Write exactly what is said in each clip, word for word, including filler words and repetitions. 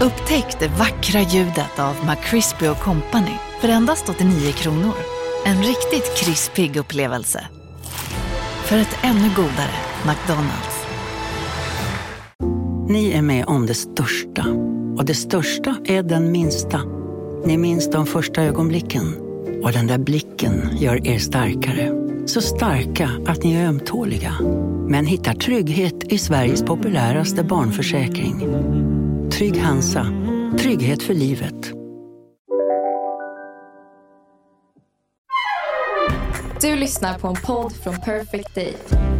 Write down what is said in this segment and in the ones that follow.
Upptäck det vackra ljudet av McCrispy och Company för endast åttionio kronor. En riktigt krispig upplevelse. För ett ännu godare McDonald's. Ni är med om det största. Och det största är den minsta. Ni minns de första ögonblicken. Och den där blicken gör er starkare. Så starka att ni är ömtåliga. Men hittar trygghet i Sveriges populäraste barnförsäkring. Trygg Hansa. Trygghet för livet. Du lyssnar på en podd från Perfect Day.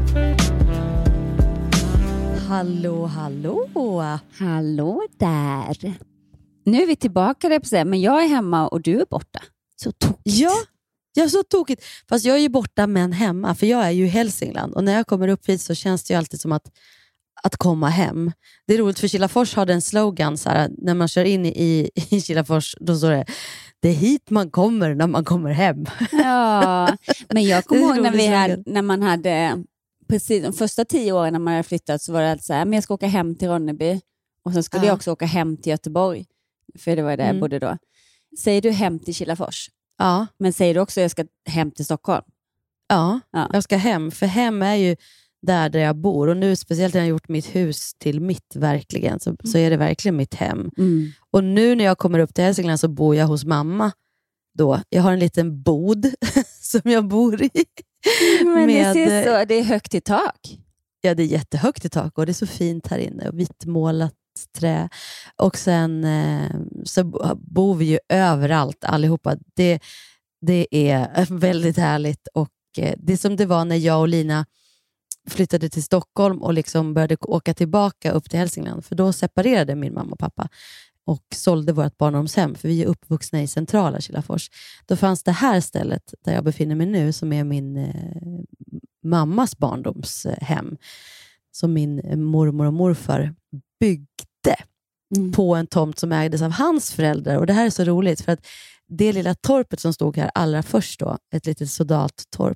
Hallå, hallå. Hallå där. Nu är vi tillbaka där på sig, men jag är hemma och du är borta. Så tokigt. Ja, jag är så tokigt. Fast jag är ju borta men hemma, för jag är ju i Hälsingland. Och när jag kommer upp hit så känns det ju alltid som att, att komma hem. Det är roligt för Kilafors har den slogan så här, när man kör in i, i Kilafors, då står det: det är hit man kommer när man kommer hem. Ja, men jag kommer ihåg när, vi slogan. hade, när man hade precis de första tio åren när man hade flyttat, så var det alltid så här, men jag ska åka hem till Ronneby. Och sen skulle ja. jag också åka hem till Göteborg. För det var där mm. jag bodde då. Säger du hem till Kilafors? Ja. Men säger du också jag ska hem till Stockholm? Ja, ja, jag ska hem. För hem är ju där, där jag bor. Och nu speciellt när jag har gjort mitt hus till mitt verkligen. Så, mm. så är det verkligen mitt hem. Mm. Och nu när jag kommer upp till Hälsingland så bor jag hos mamma. Då. Jag har en liten bod som jag bor i. Men med, det ser så, det är högt i tak. Ja, det är jättehögt i tak och det är så fint här inne. Och vittmålat trä. Och sen eh, så bor vi ju överallt allihopa. Det, det är väldigt härligt. Och eh, det är som det var när jag och Lina flyttade till Stockholm och liksom började åka tillbaka upp till Hälsingland. För då separerade min mamma och pappa och sålde vårt barndomshem, för vi är uppvuxna i centrala Kilafors. Då fanns det här stället där jag befinner mig nu, som är min eh, mammas barndomshem, som min mormor och morfar byggde mm. på en tomt som ägdes av hans föräldrar. Och det här är så roligt, för att det lilla torpet som stod här allra först då, ett litet soldattorp,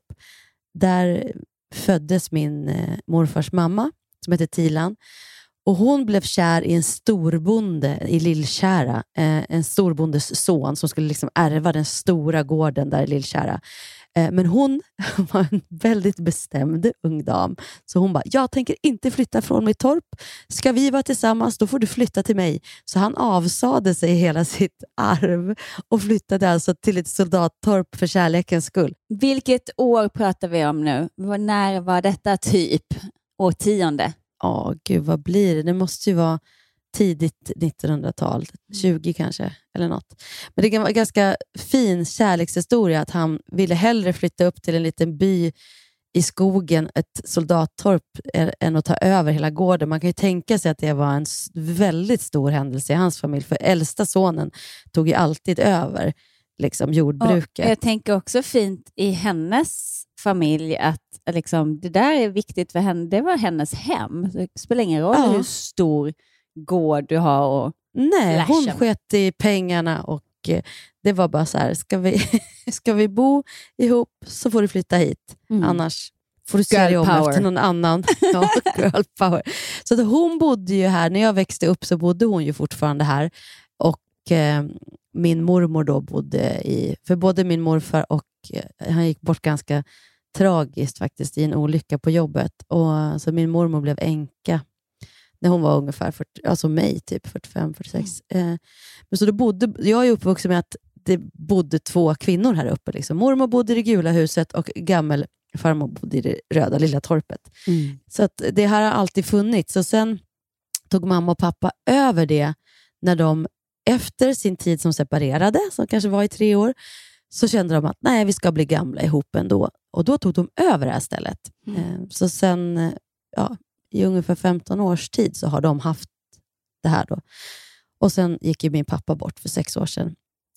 där föddes min eh, morfars mamma, som heter Tilan. Och hon blev kär i en storbonde i Lillkära. Eh, en storbondes son som skulle liksom ärva den stora gården där i Lillkära. Eh, men hon var en väldigt bestämd ung dam. Så hon bara, jag tänker inte flytta från mitt torp. Ska vi vara tillsammans, då får du flytta till mig. Så han avsade sig hela sitt arv och flyttade alltså till ett soldattorp för kärlekens skull. Vilket år pratar vi om nu? När var detta typ? Årtionde? Ja, gud, vad blir det? Det måste ju vara tidigt nittonhundratal, tjugo kanske, eller något. Men det kan vara en ganska fin kärlekshistoria att han ville hellre flytta upp till en liten by i skogen, ett soldattorp, än att ta över hela gården. Man kan ju tänka sig att det var en väldigt stor händelse i hans familj, för äldsta sonen tog ju alltid över liksom jordbruket. Och jag tänker också fint i hennes familj att liksom, det där är viktigt för henne. Det var hennes hem. Det spelar ingen roll ja. hur stor gård du har. Och Nej, flashen. Hon sket i pengarna och eh, det var bara så här, ska vi, ska vi bo ihop så får du flytta hit. Mm. Annars får du se dig om efter någon annan. Ja, girl power. Så att hon bodde ju här. När jag växte upp så bodde hon ju fortfarande här. Och eh, min mormor då bodde i, för både min morfar och eh, han gick bort ganska tragiskt faktiskt i en olycka på jobbet. Och så min mormor blev änka när hon var ungefär fyrtio, alltså mig typ fyrtiofem fyrtiosex. Mm. Eh, men så då bodde, jag är uppvuxen med att det bodde två kvinnor här uppe. Liksom. Mormor bodde i det gula huset och gammel farmor bodde i det röda lilla torpet. Mm. Så att det här har alltid funnits. Och sen tog mamma och pappa över det när de efter sin tid som separerade, som kanske var i tre år, så kände de att nej, vi ska bli gamla ihop ändå. Och då tog de över det här stället. Mm. Eh, så sen ja, i ungefär femton års tid så har de haft det här då. Och sen gick ju min pappa bort för sex år sedan.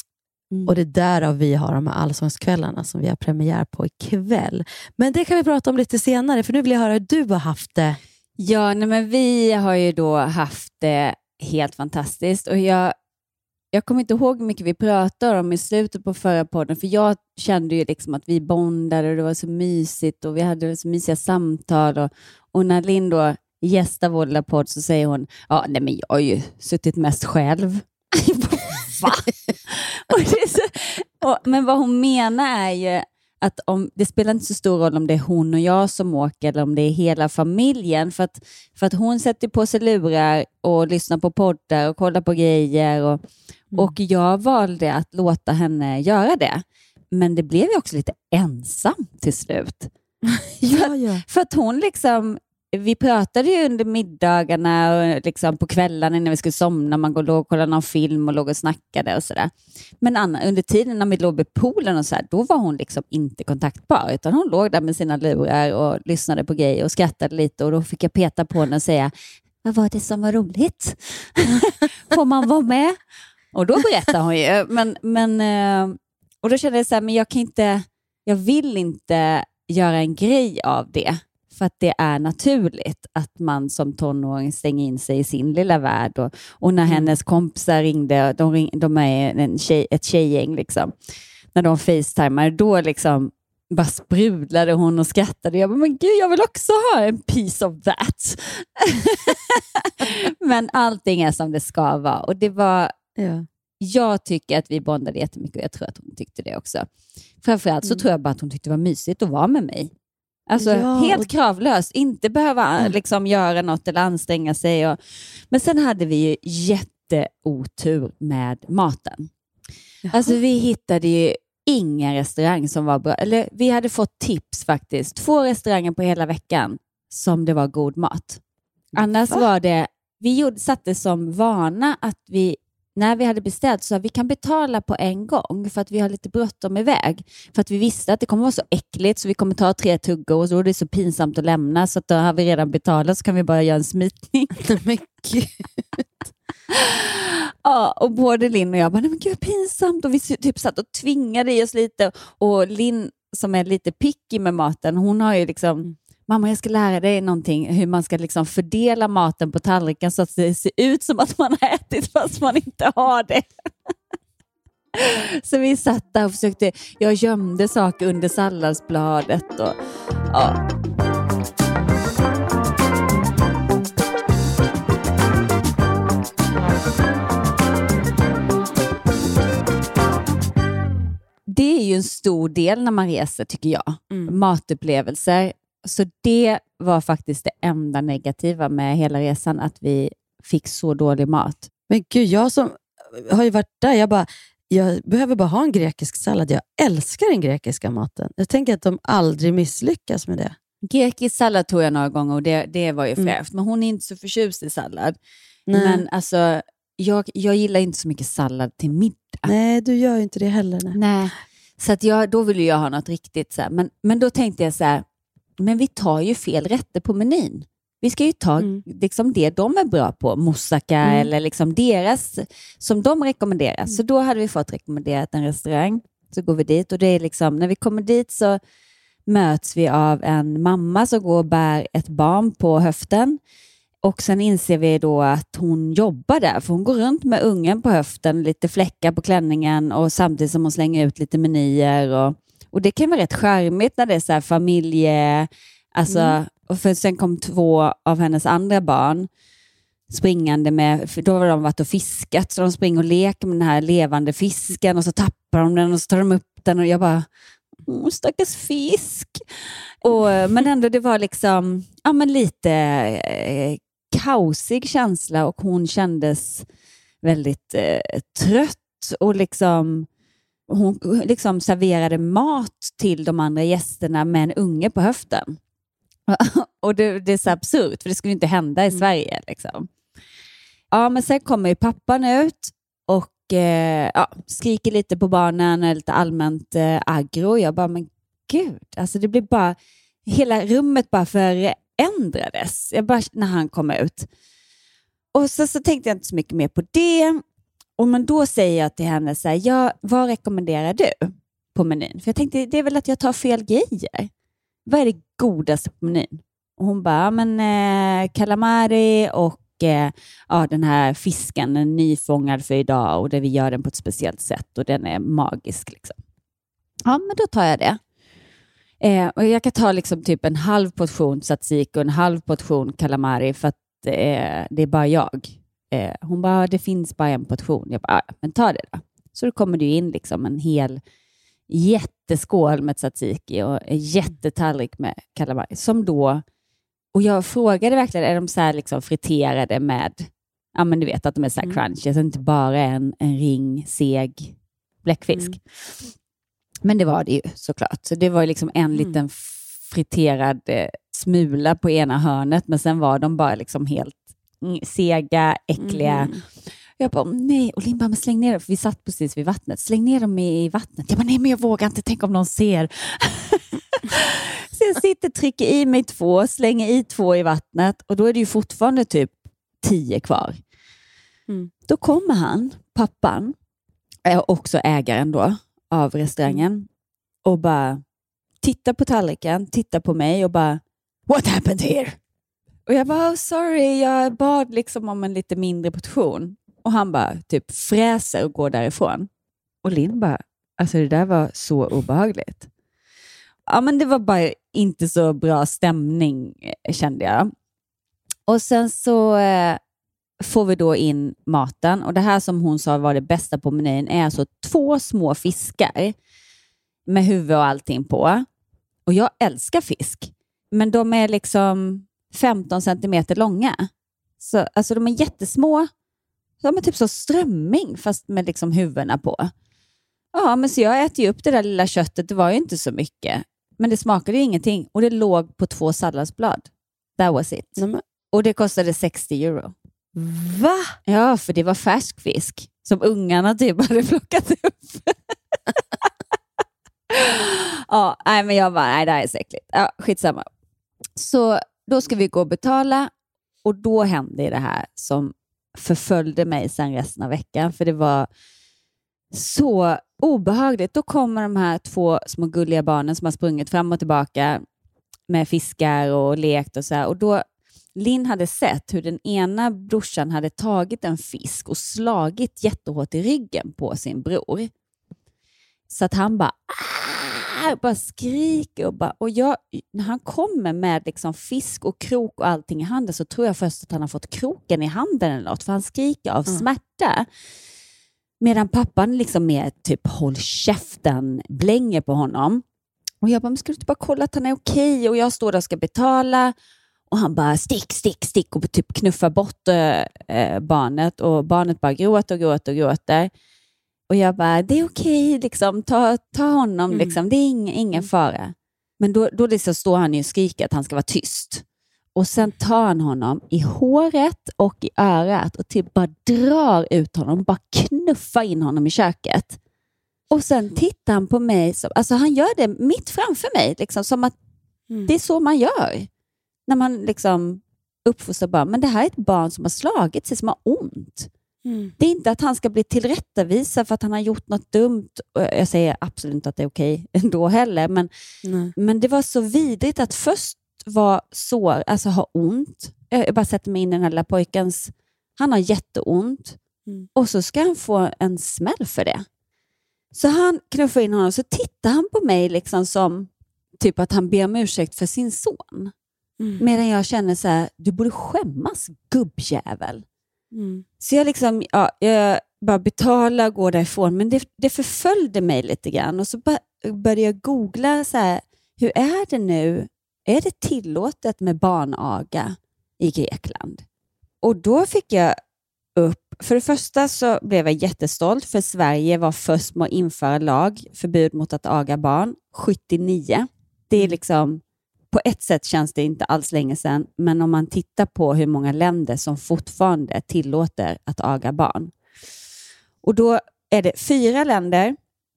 Mm. Och det är därav vi har de här allsångskvällarna som vi har premiär på ikväll. Men det kan vi prata om lite senare, för nu vill jag höra hur du har haft det. Ja, nej, men vi har ju då haft det helt fantastiskt. Och jag, jag kommer inte ihåg hur mycket vi pratade om i slutet på förra podden. För jag kände ju liksom att vi bondade och det var så mysigt. Och vi hade så mysiga samtal. Och, och när Linn då gästar vår lilla podd så säger hon, ja nej men jag har ju suttit mest själv. Va? och det är så, och, men vad hon menar är ju att om, det spelar inte så stor roll om det är hon och jag som åker eller om det är hela familjen. För att, för att hon sätter på sig lurar och lyssnar på poddar och kollar på grejer. Och, mm. och jag valde att låta henne göra det. Men det blev ju också lite ensam till slut. ja, ja. För att hon liksom... Vi pratade ju under middagarna och liksom på kvällarna när vi skulle somna. Man går och kollar någon film och låg och snackade och sådär. Men Anna, under tiden när vi låg vid poolen och så här, då var hon liksom inte kontaktbar. Utan hon låg där med sina lurar och lyssnade på grejer och skrattade lite. Och då fick jag peta på henne och säga, vad var det som var roligt? Får man vara med? Och då berättade hon ju. Men, men, och då kände jag så här, men jag kan inte, jag vill inte göra en grej av det. För att det är naturligt att man som tonåring stänger in sig i sin lilla värld. Och, och när mm. hennes kompisar ringde, de, ring, de är en tjej, ett tjejgäng liksom. När de facetimar, då liksom bara sprudlade hon och skrattade. Jag bara, men gud, jag vill också ha en piece of that. Men allting är som det ska vara. Och det var... Ja. Jag tycker att vi bondade jättemycket och jag tror att hon tyckte det också. Framförallt så mm. tror jag bara att hon tyckte det var mysigt att vara med mig. Alltså ja, helt kravlöst, inte behöva mm. liksom göra något eller anstränga sig. Och... Men sen hade vi ju jätteotur med maten. Jaha. Alltså vi hittade ju ingen restaurang som var bra. Eller vi hade fått tips faktiskt. Två restauranger på hela veckan som det var god mat. Annars Va? var det, vi gjorde, satte som vana att vi när vi hade beställt så att vi kan betala på en gång för att vi har lite bråttom iväg. För att vi visste att det kommer vara så äckligt så vi kommer ta tre tuggor och så är det så pinsamt att lämna så att då har vi redan betalat så kan vi bara göra en smitning. Men gud. Ja, och både Linn och jag bara, nej men gud vad pinsamt. Och vi typ satt och tvingade i oss lite. Och Linn som är lite picky med maten, hon har ju liksom... Mamma, jag ska lära dig någonting. Hur man ska liksom fördela maten på tallriken så att det ser ut som att man har ätit fast man inte har det. Så vi satt där och försökte... Jag gömde saker under salladsbladet. Och, ja. Det är ju en stor del när man reser tycker jag. Mm. Matupplevelser. Så det var faktiskt det enda negativa med hela resan, att vi fick så dålig mat. Men gud, jag som har ju varit där, jag bara, jag behöver bara ha en grekisk sallad. Jag älskar den grekiska maten. Jag tänker att de aldrig misslyckas med det. Grekisk sallad tog jag några gånger och det, det var ju fräscht. Mm. Men hon är inte så förtjust i sallad. Nej. Men alltså, jag, jag gillar inte så mycket sallad till middag. Nej, du gör ju inte det heller. Nej. nej. Så att jag, då ville jag ha något riktigt så här. Men, men då tänkte jag så här, men vi tar ju fel rätter på menyn. Vi ska ju ta mm. liksom det de är bra på. Moussaka mm. eller liksom deras som de rekommenderar. Mm. Så då hade vi fått rekommenderat en restaurang. Så går vi dit och det är liksom, när vi kommer dit så möts vi av en mamma som går och bär ett barn på höften. Och sen inser vi då att hon jobbar där. För hon går runt med ungen på höften. Lite fläckar på klänningen och samtidigt som hon slänger ut lite menyer och Och det kan vara rätt charmigt när det är så här familje... Alltså, mm. och för sen kom två av hennes andra barn springande med... För då har de varit och fiskat. Så de springer och leker med den här levande fisken. Och så tappar de den och så tar de upp den. Och jag bara... Åh, stackars fisk. Och, men ändå det var liksom... Ja, men lite eh, kaosig känsla. Och hon kändes väldigt eh, trött. Och liksom... Hon liksom serverade mat till de andra gästerna med en unge på höften. Och det, det är så absurt, för det skulle inte hända i mm. Sverige. Liksom. Ja, men sen kommer ju pappan ut och eh, ja, skriker lite på barnen, är lite allmänt eh, aggro. Jag bara, men gud, alltså det blir bara, hela rummet bara förändrades. Jag bara, när han kom ut. Och så, så tänkte jag inte så mycket mer på det. Och men då säger jag till henne så här, ja, vad rekommenderar du på menyn? För jag tänkte, det är väl att jag tar fel grejer. Vad är det godaste på menyn? Och hon bara, ja, men eh, calamari och eh, ja, den här fisken, den är nyfångad för idag och där vi gör den på ett speciellt sätt och den är magisk liksom. Ja, men då tar jag det. Eh, och jag kan ta liksom typ en halv portion tzatziki och en halv portion calamari för att eh, det är bara jag. Eh, hon bara, det finns bara en portion. Jag bara, men ta det då. Så då kommer det in liksom en hel jätteskål med tzatziki och en jättetallrik med calamari. Som då, och jag frågade verkligen, är de så här liksom friterade med, ja men du vet att de är så här mm. crunchy, så inte bara en, en ring, seg bläckfisk. Mm. Men det var det ju såklart. Så det var ju liksom en mm. liten friterad eh, smula på ena hörnet, men sen var de bara liksom helt sega, äckliga. Mm. Jag bara, nej. Och Linn bara, men släng ner dem. För vi satt precis vid vattnet. Släng ner dem i, i vattnet. Jag bara, nej men jag vågar inte. Tänk om någon ser. Så jag sitter, trycker i mig två, slänger i två i vattnet. Och då är det ju fortfarande typ tio kvar. Mm. Då kommer han, pappan, är också ägaren då av restaurangen. Mm. Och bara tittar på tallriken, tittar på mig och bara, what happened here? Och jag bara, oh, sorry, jag bad liksom om en lite mindre portion. Och han bara typ fräser och går därifrån. Och Linn bara, alltså det där var så obehagligt. Ja, men det var bara inte så bra stämning, kände jag. Och sen så eh, får vi då in maten. Och det här som hon sa var det bästa på menyn är alltså två små fiskar med huvud och allting på. Och jag älskar fisk. Men de är liksom femton centimeter långa. Så, alltså de är jättesmå. De är typ så strömming fast med liksom huvudena på. Ja, men så jag äter ju upp det där lilla köttet. Det var ju inte så mycket. Men det smakade ju ingenting. Och det låg på två salladsblad. That was it. Mm. Och det kostade sextio euro. Va? Ja, för det var färsk fisk. Som ungarna typ hade plockat upp. Ja, nej men jag bara, nej det här är så äckligt. Ja, skitsamma. Så då ska vi gå och betala. Och då hände det här som förföljde mig sen resten av veckan. För det var så obehagligt. Då kommer de här två små gulliga barnen som har sprungit fram och tillbaka med fiskar och lekt och så här. Och då Linn hade sett hur den ena brorsan hade tagit en fisk och slagit jättehårt i ryggen på sin bror. Så att han bara, Aah! bara skriker och bara, och jag, när han kommer med liksom fisk och krok och allting i handen så tror jag först att han har fått kroken i handen eller något, för han skriker av mm. smärta. Medan pappan liksom med typ håll käften blänger på honom. Och jag bara, men ska du inte bara kolla att han är okej? Och jag står där och ska betala. Och han bara stick, stick, stick och typ knuffar bort äh, barnet. Och barnet bara gråter och gråter och gråter. Och jag bara, det är okej, liksom, ta, ta honom, mm. liksom. Det är ing, ingen fara. Men då, då liksom står han ju och skriker att han ska vara tyst. Och sen tar han honom i håret och i örat och typ bara drar ut honom, bara knuffar in honom i köket. Och sen tittar han på mig, som, alltså han gör det mitt framför mig, liksom, som att mm. det är så man gör. När man liksom uppfostrar barn. Men det här är ett barn som har slagit sig, som har ont. Mm. Det är inte att han ska bli tillrättavisad för att han har gjort något dumt. Jag säger absolut inte att det är okej ändå heller. Men, men det var så vidrigt att först var sår, alltså ha ont. Jag bara sätter mig in i den här lilla pojkens. Han har jätteont. Mm. Och så ska han få en smäll för det. Så han knuffar in honom och så tittar han på mig liksom som typ att han ber om ursäkt för sin son. Mm. Medan jag känner så här, du borde skämmas, gubbjävel. Mm. Så jag liksom, ja, jag bara betalar och går därifrån. Men det, det förföljde mig lite grann. Och så bara, började jag googla så här, hur är det nu? Är det tillåtet med barnaga i Grekland? Och då fick jag upp, för det första så blev jag jättestolt för Sverige var först med att införa lag, förbud mot att aga barn, sjuttionio. Det är liksom, på ett sätt känns det inte alls länge sedan, men om man tittar på hur många länder som fortfarande tillåter att aga barn. Och då är det fyra länder,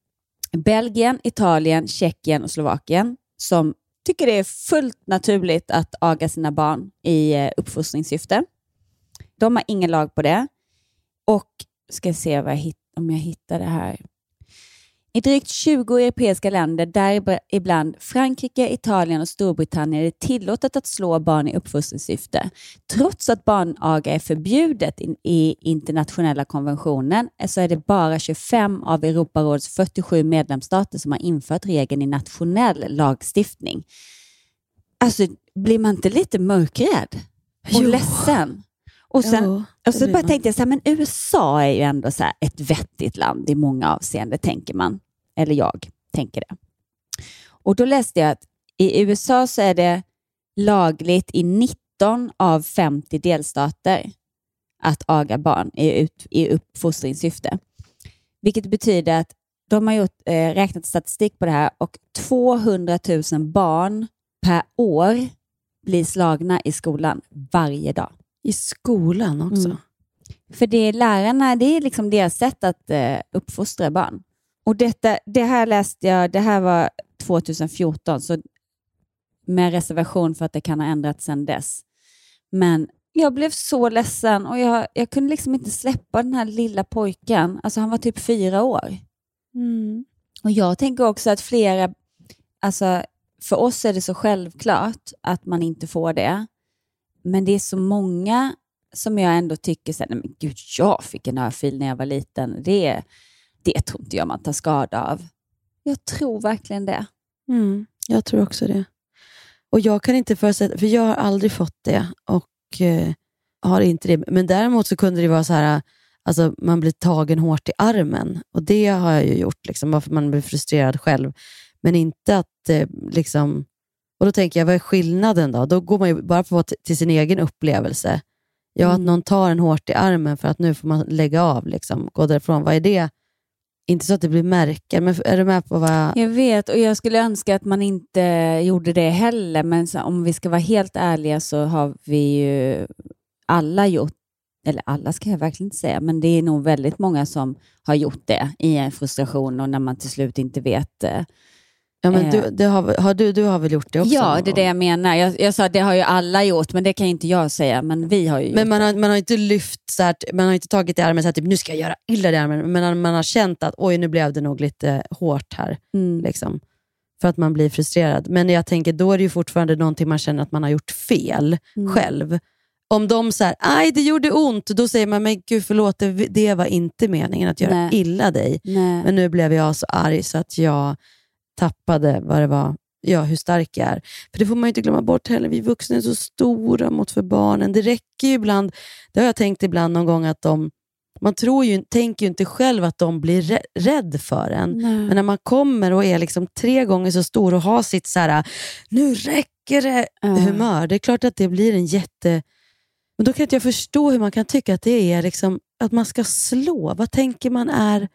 Belgien, Italien, Tjeckien och Slovakien, som tycker det är fullt naturligt att aga sina barn i uppfostringssyfte. De har ingen lag på det. Och ska se vad jag hitt- om jag hittar det här. I drygt tjugo europeiska länder, däribland Frankrike, Italien och Storbritannien, är det tillåtet att slå barn i uppfostringssyfte. Trots att barnaga är förbjudet i internationella konventionen så är det bara tjugofem av Europarådets fyrtiosju medlemsstater som har infört regeln i nationell lagstiftning. Alltså, blir man inte lite mörkrädd och Jo. ledsen? Och, sen, Jo, och så blir bara man. tänkte jag så här, men U S A är ju ändå så här ett vettigt land i många avseenden, tänker man. Eller jag tänker det. Och då läste jag att i U S A så är det lagligt i nitton av femtio delstater att aga barn i, ut, i uppfostringssyfte. Vilket betyder att de har gjort, eh, räknat statistik på det här och tvåhundratusen barn per år blir slagna i skolan varje dag. I skolan också. Mm. För det är lärarna, det är liksom deras sätt att eh, uppfostra barn. Och detta, det här läste jag, det här var tjugohundrafjorton, så med reservation för att det kan ha ändrats sedan dess. Men jag blev så ledsen och jag, jag kunde liksom inte släppa den här lilla pojken. Alltså han var typ fyra år. Mm. Och jag tänker också att flera, alltså för oss är det så självklart att man inte får det. Men det är så många som jag ändå tycker så här, nej men gud, jag fick en örfil när jag var liten. Det, det tror inte jag man tar skada av. Jag tror verkligen det. Mm. Jag tror också det. Och jag kan inte förutsätta, för jag har aldrig fått det och eh, har inte det. Men däremot så kunde det vara så här, alltså man blir tagen hårt i armen. Och det har jag ju gjort, liksom, varför man blir frustrerad själv. Men inte att eh, liksom, och då tänker jag, vad är skillnaden då? Då går man ju bara på t- till sin egen upplevelse. Ja, Mm. att någon tar en hårt i armen för att nu får man lägga av, liksom, gå därifrån. Vad är det? Inte så att det blir märken, men är du med på vad... Jag vet, och jag skulle önska att man inte gjorde det heller. Men så, om vi ska vara helt ärliga så har vi ju alla gjort, eller alla ska jag verkligen inte säga, men det är nog väldigt många som har gjort det i en frustration och när man till slut inte vet. Ja, men du, det har, har du, du har väl gjort det också? Ja, det är det jag menar. Jag, jag sa att det har ju alla gjort, men det kan inte jag säga. Men vi har ju gjort Men man har, man har inte lyft så här, man har inte tagit i armen så här, typ, nu ska jag göra illa i armen. Men man har känt att oj, nu blev det nog lite hårt här. Mm. Liksom, för att man blir frustrerad. Men jag tänker, då är det ju fortfarande någonting man känner att man har gjort fel Mm. själv. Om de säger, aj det gjorde ont, då säger man, men gud förlåt, det, det var inte meningen att göra Nej. illa dig. Nej. Men nu blev jag så arg så att jag tappade vad det var, ja, hur stark jag är. För det får man ju inte glömma bort heller. Vi vuxna är så stora mot för barnen. Det räcker ju ibland, det har jag tänkt ibland någon gång, att de, man tror ju, tänker ju inte själv att de blir rä- rädd för en. Nej. Men när man kommer och är liksom tre gånger så stor och har sitt så här, nu räcker det, Ja. humör. Det är klart att det blir en jätte... Men då kan inte jag förstå hur man kan tycka att det är liksom, att man ska slå. Vad tänker man är...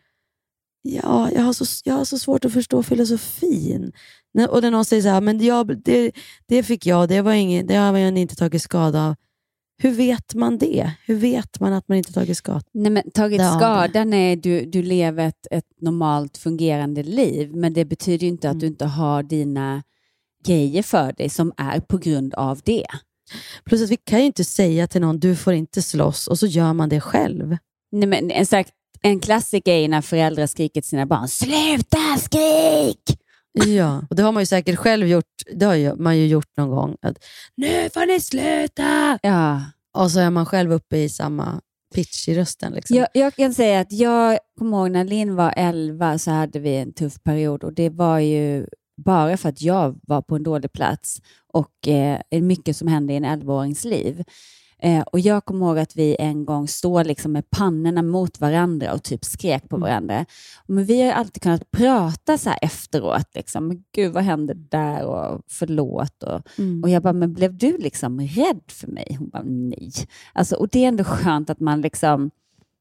Ja, jag har, så, jag har så svårt att förstå filosofin. När, och när någon säger så här, men jag, det, det fick jag, det var ingen, det har jag inte tagit skada av. Hur vet man det? Hur vet man att man inte tagit skada? Nej, men tagit Ja, skada när du, du lever ett, ett normalt fungerande liv. Men det betyder ju inte att Mm. du inte har dina grejer för dig som är på grund av det. Plus att vi kan ju inte säga till någon, du får inte slåss, och så gör man det själv. Nej, men en, sak, en klassiker är när föräldrar skriker till sina barn, sluta skrik! Ja, och det har man ju säkert själv gjort. Det har ju, man ju gjort någon gång. Att, nu får ni sluta! Ja. Och så är man själv uppe i samma pitch i rösten. Liksom. Jag, jag kan säga att jag kommer ihåg när Linn var elva så hade vi en tuff period och det var ju bara för att jag var på en dålig plats och eh, mycket som hände i en elvaårings liv. Eh, och jag kommer ihåg att vi en gång står liksom med pannorna mot varandra och typ skrek på varandra. Men vi har ju alltid kunnat prata så här efteråt. Liksom, men gud, vad hände där? Och förlåt. Och, Mm. och jag bara, men blev du liksom rädd för mig? Hon bara, nej. Alltså, och det är ändå skönt att man liksom,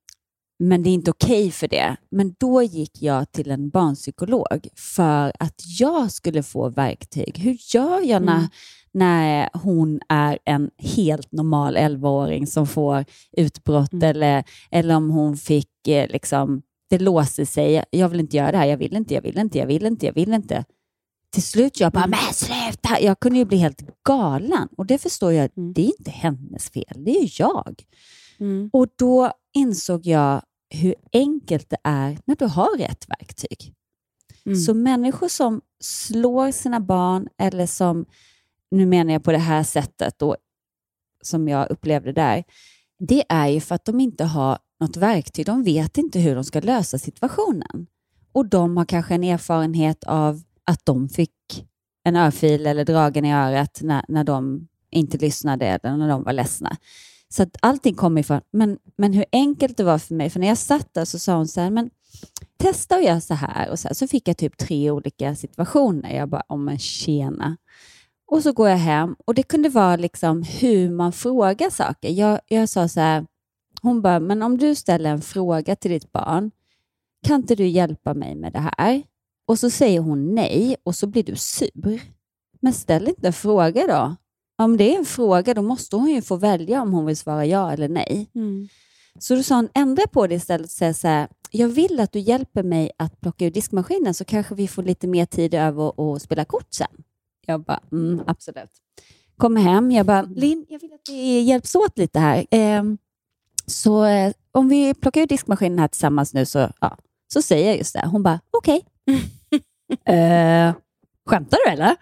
men det är inte okej för det. Men då gick jag till en barnpsykolog för att jag skulle få verktyg. Hur gör jag när, Mm. när hon är en helt normal elvaåring som får utbrott Mm. eller, eller om hon fick eh, liksom, det låser sig. Jag vill inte göra det här, jag vill inte, jag vill inte, jag vill inte, jag vill inte. Till slut jag bara, Mm. men sluta! Jag kunde ju bli helt galen. Och det förstår jag, Mm. det är inte hennes fel, det är ju jag. Mm. Och då insåg jag hur enkelt det är när du har rätt verktyg. Mm. Så människor som slår sina barn eller som, nu menar jag på det här sättet då, som jag upplevde där, det är ju för att de inte har något verktyg. De vet inte hur de ska lösa situationen. Och de har kanske en erfarenhet av att de fick en örfil eller dragen i örat när, när de inte lyssnade eller när de var ledsna. Så att allting kom ifrån. Men, men hur enkelt det var för mig. För när jag satt där så sa hon så här, men testa att göra så här. Och så, här. Så fick jag typ tre olika situationer. Jag bara, om en tjena. Och så går jag hem. Och det kunde vara liksom hur man frågar saker. Jag, jag sa så här, hon bara, men om du ställer en fråga till ditt barn, kan inte du hjälpa mig med det här? Och så säger hon nej och så blir du sur. Men ställ inte en fråga då. Om det är en fråga då måste hon ju få välja om hon vill svara ja eller nej. Mm. Så då sa hon, ändra på det istället och säga så här, jag vill att du hjälper mig att plocka ur diskmaskinen så kanske vi får lite mer tid över att spela kort sen. Jag bara, mm, absolut. Kommer hem, jag bara, Linn, jag vill att vi hjälps åt lite här. Eh, så eh, om vi plockar ur diskmaskinen här tillsammans nu så, ja, så säger jag just det. Hon bara, okej. Okay. eh, skämtar du eller?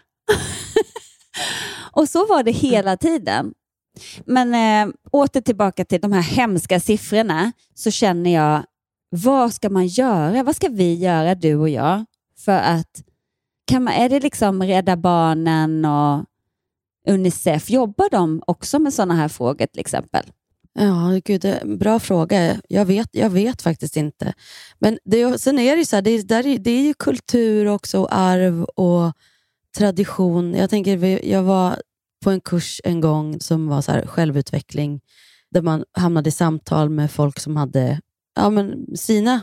Och så var det hela tiden. Men äh, åter tillbaka till de här hemska siffrorna så känner jag, vad ska man göra? Vad ska vi göra, du och jag? För att, kan man, är det liksom Rädda Barnen och Unicef, jobbar de också med sådana här frågor till exempel? Ja, gud, det är en bra fråga. Jag vet, jag vet faktiskt inte. Men det, sen är det ju så här, det är, där, det är ju kultur också, och arv och tradition. Jag tänker, jag var på en kurs en gång som var så här självutveckling, där man hamnade i samtal med folk som hade ja, men sina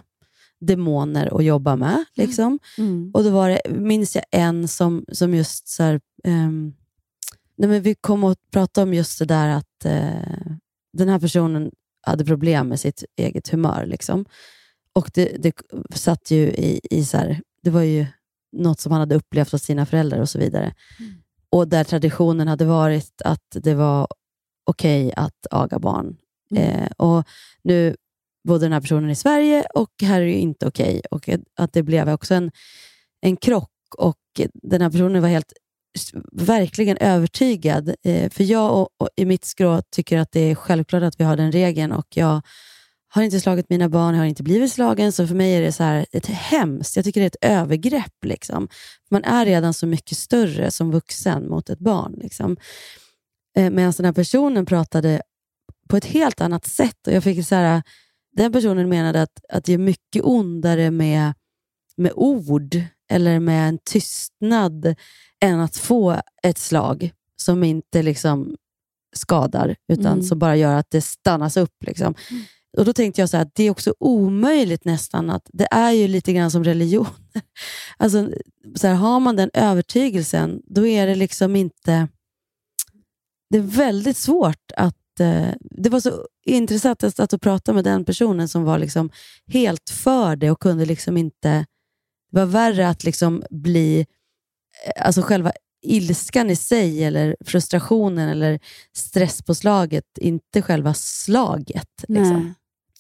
demoner att jobba med. Liksom. Mm. Och då var det, minns jag en som, som just så här, um, nej men vi kom och pratade om just det där att uh, den här personen hade problem med sitt eget humör. Liksom. Och det, det satt ju i, i så här, det var ju något som han hade upplevt av sina föräldrar och så vidare. Mm. Och där traditionen hade varit att det var okej okay att aga barn. Mm. Eh, och nu bodde den här personen i Sverige och här är det inte okej. Okay. Och att det blev också en, en krock. Och den här personen var helt verkligen övertygad. Eh, för jag och, och i mitt skrå tycker att det är självklart att vi har den regeln. Och jag har inte slagit mina barn, jag har inte blivit slagen. Så för mig är det så här ett hemskt. Jag tycker det är ett övergrepp. Liksom. Man är redan så mycket större som vuxen mot ett barn. Liksom. Eh, medan den här personen pratade på ett helt annat sätt. Och jag fick så här, den personen menade att, att det är mycket ondare med, med ord eller med en tystnad än att få ett slag som inte liksom skadar utan mm. som bara gör att det stannas upp. Liksom. Mm. Och då tänkte jag så här, att det är också omöjligt nästan att det är ju lite grann som religion. Alltså så här, har man den övertygelsen då är det liksom inte, det är väldigt svårt att eh, det var så intressant att, att prata med den personen som var liksom helt för det och kunde liksom inte, det var värre att liksom bli, alltså själva ilskan i sig eller frustrationen eller stresspåslaget, inte själva slaget liksom.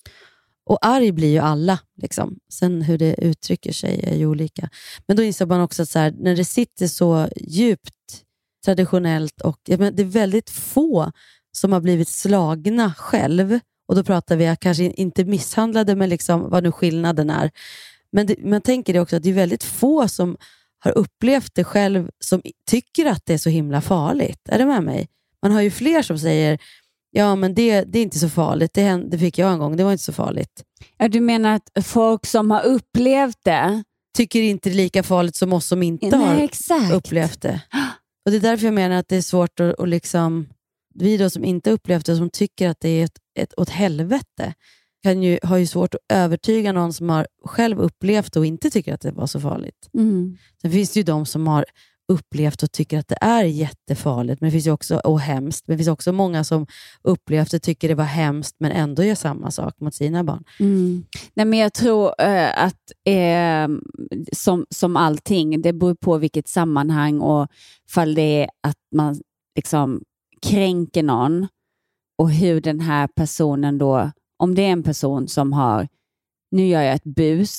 Och arg blir ju alla liksom. Sen hur det uttrycker sig är ju olika. Men då inser man också att så här, när det sitter så djupt traditionellt och jag menar, det är väldigt få som har blivit slagna själv, och då pratar vi kanske inte misshandlade, men liksom vad nu skillnaden är. Men det, man tänker det också att det är väldigt få som har upplevt det själv som tycker att det är så himla farligt. Är det med mig? Man har ju fler som säger ja men det, det är inte så farligt. Det, hände, det fick jag en gång, det var inte så farligt. Ja, du menar att folk som har upplevt det tycker inte det är lika farligt som oss som inte Nej, har exakt. upplevt det. Och det är därför jag menar att det är svårt att, att liksom, vi då som inte upplevt det, som tycker att det är ett, ett åt helvete, kan ju, har ju svårt att övertyga någon som har själv upplevt och inte tycker att det var så farligt. Mm. Sen finns det ju de som har upplevt och tycker att det är jättefarligt, men det finns ju också, och hemskt, men det finns också många som upplevt och tycker det var hemskt men ändå gör samma sak mot sina barn. Mm. Nej, men jag tror äh, att äh, som, som allting, det beror på vilket sammanhang och fall det är att man liksom kränker någon och hur den här personen då, om det är en person som har, nu gör jag ett bus